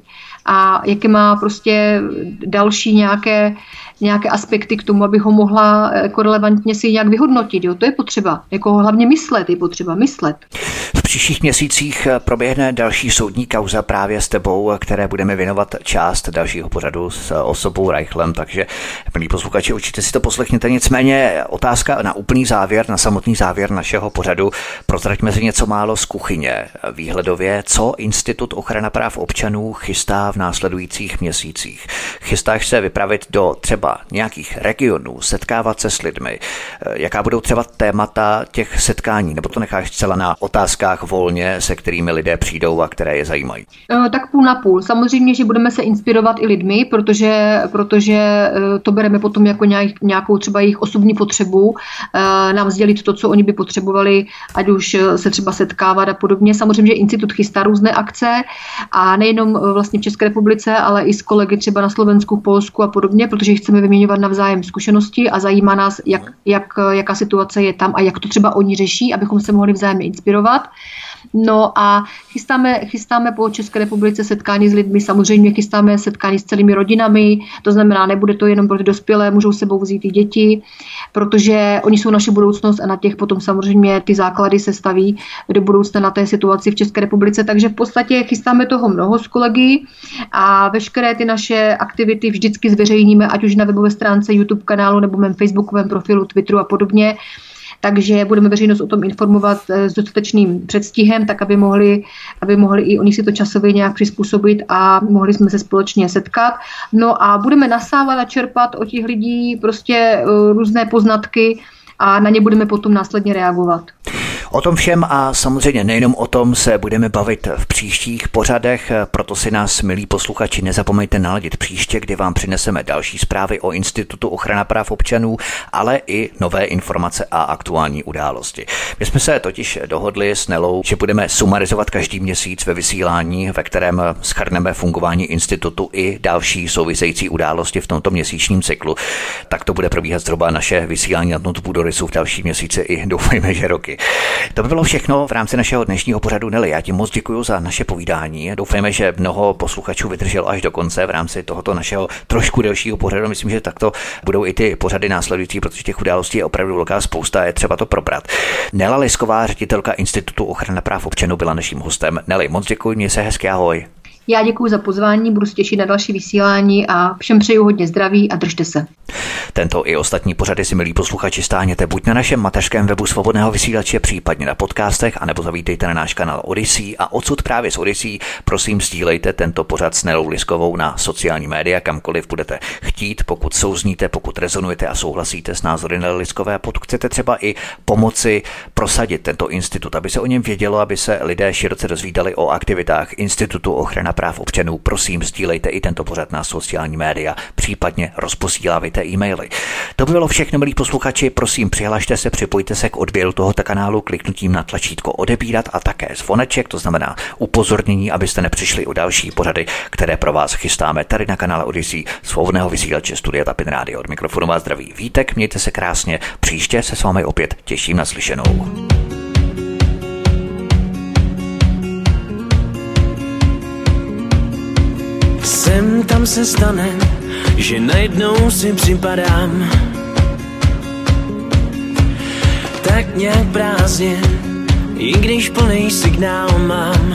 a jaké má prostě další nějaké aspekty k tomu, abych ho mohla jako relevantně si nějak vyhodnotit. Jo? To je potřeba. Jako hlavně myslet, je potřeba myslet. V příštích měsících proběhne další soudní kauza právě s tebou, které budeme věnovat část dalšího pořadu s osobou Reichlem, takže milí posluchači, určitě si to poslechněte. Nicméně otázka na úplný závěr, na samotný závěr našeho pořadu. Prozraďme si něco málo z kuchyně. Výhledově, co Institut ochrana práv občanů chystá v následujících měsících. Chystáš se vypravit do třeba nějakých regionů, setkávat se s lidmi. Jaká budou třeba témata těch setkání, nebo to necháš celá na otázkách volně, se kterými lidé přijdou a které je zajímají? Tak půl na půl. Samozřejmě, že budeme se inspirovat i lidmi, protože to bereme potom jako nějakou třeba jejich osobní potřebu, nám sdělit to, co oni by potřebovali, ať už se třeba setkávat a podobně. Samozřejmě, že institut chystá různé akce a nejenom vlastně v České republice, ale i s kolegy třeba na Slovensku, Polsku a podobně, protože chceme vyměňovat navzájem zkušenosti a zajímá nás, jaká situace je tam a jak to třeba oni řeší, abychom se mohli vzájemně inspirovat. No a chystáme po České republice setkání s lidmi, samozřejmě chystáme setkání s celými rodinami, to znamená, nebude to jenom pro ty dospělé, můžou sebou vzít i děti, protože oni jsou naše budoucnost a na těch potom samozřejmě ty základy se staví do budoucna na té situaci v České republice, takže v podstatě chystáme toho mnoho s kolegy a veškeré ty naše aktivity vždycky zveřejníme, ať už na webové stránce, YouTube kanálu nebo mém facebookovém profilu, Twitteru a podobně. Takže budeme veřejnost o tom informovat s dostatečným předstihem, tak aby mohli i oni si to časově nějak přizpůsobit a mohli jsme se společně setkat. No a budeme nasávat a čerpat od těch lidí prostě různé poznatky a na ně budeme potom následně reagovat. O tom všem a samozřejmě nejenom o tom se budeme bavit v příštích pořadech, proto si nás, milí posluchači, nezapomeňte naladit příště, kdy vám přineseme další zprávy o Institutu ochrana práv občanů, ale i nové informace a aktuální události. My jsme se totiž dohodli s Nelou, že budeme sumarizovat každý měsíc ve vysílání, ve kterém shrneme fungování institutu i další související události v tomto měsíčním cyklu. Tak to bude probíhat zhruba naše vysílání nad notu půdorysu v další měsíci i doufejme, že roky. To by bylo všechno v rámci našeho dnešního pořadu. Nelly, já ti moc děkuji za naše povídání. Doufejme, že mnoho posluchačů vydrželo až do konce v rámci tohoto našeho trošku delšího pořadu. Myslím, že takto budou i ty pořady následující, protože těch událostí je opravdu velká spousta, je třeba to probrat. Nela Lisková, ředitelka Institutu ochrana práv občanů, byla naším hostem. Nelly, moc děkuji, měj se hezky, ahoj. Já děkuji za pozvání, budu se těšit na další vysílání a všem přeju hodně zdraví a držte se. Tento i ostatní pořady si, milí posluchači, stáhněte buď na našem mateřském webu Svobodného vysílače, případně na podcastech, anebo zavítejte na náš kanál Odyssey a odsud právě z Odyssey prosím sdílejte tento pořad s Nelou Liskovou na sociální média, kamkoliv budete chtít, pokud souzníte, pokud rezonujete a souhlasíte s názory Nely Liskové, pokud chcete třeba i pomoci prosadit tento institut, aby se o něm vědělo, aby se lidé široce dozvídali o aktivitách Institutu ochrana práv občanů, prosím sdílejte i tento pořad na sociální média, případně rozposílávejte e-maily. To by bylo všechno, milí posluchači, prosím přihlašte se, připojte se k odběru tohoto kanálu kliknutím na tlačítko odebírat a také zvoneček, to znamená upozornění, abyste nepřišli o další pořady, které pro vás chystáme tady na kanále Odyssey, Svobodného vysílače Studia Tapin Radio. Od mikrofonu vás zdraví Vítek, mějte se krásně, příště se s vámi opět těším na slyšenou. Sem tam se stane, že najednou si připadám tak nějak prázdně, i když plný signál mám.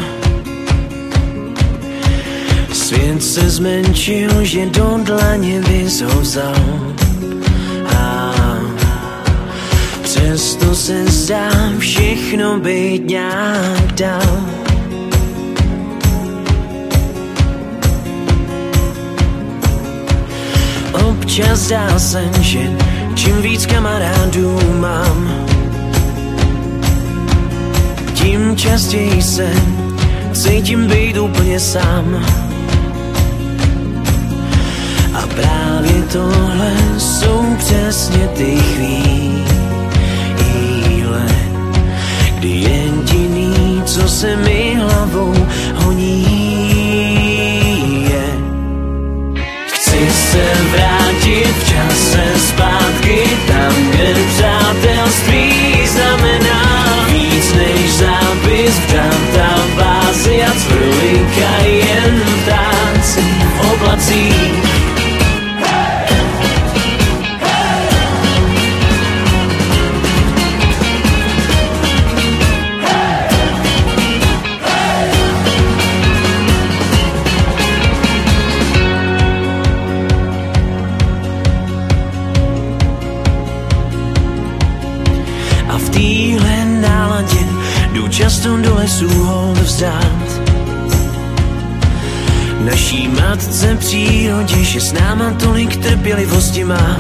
Svět se zmenšil, že do dlaně bys ho vzal, a přesto se zdá všechno být nějak dál. Občas zdá se, že čím víc kamarádů mám, tím častěji se cítím být úplně sám. A právě tohle jsou přesně ty chvíle, kdy jediný, co se mi hlavou honí, je: chci se vrátit v čase zpátky, tam, kde přátelství znamená víc než zápis v databázi a cvrlika jen v tanci v oblacích. Často do lesů hold vzdát naší matce přírodě, že s náma tolik trpělivosti má.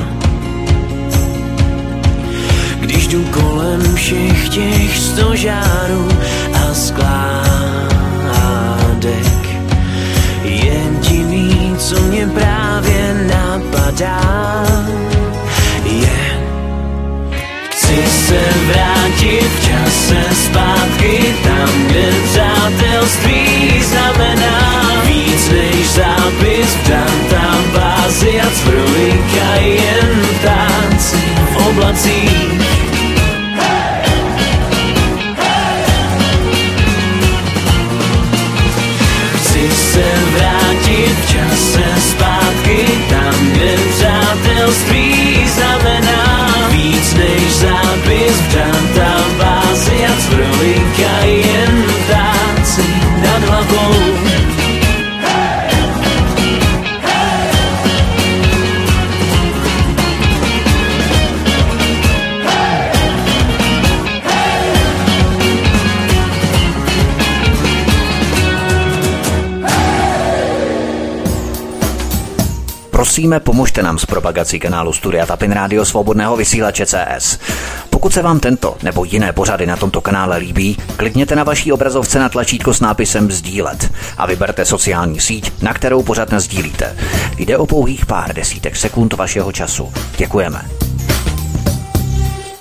Když jdu kolem všech těch stožárů a skládek, jediný, co mě právě napadá, je: chci se vrátit v čase zpátky, tam, kde přátelství znamená víc než zápis v databázi a cvrlika jen v tanci v oblacích. Chci se vrátit v čase zpátky, tam, kde přátelství znamená víc než zápis v databázi a cvrlika jen v tanci nad hlavou. Prosíme, pomožte nám s propagací kanálu Studia Tapin Radio Svobodného vysílače CS. Pokud se vám tento nebo jiné pořady na tomto kanále líbí, klikněte na vaší obrazovce na tlačítko s nápisem sdílet a vyberte sociální síť, na kterou pořad nasdílíte. Jde o pouhých pár desítek sekund vašeho času. Děkujeme.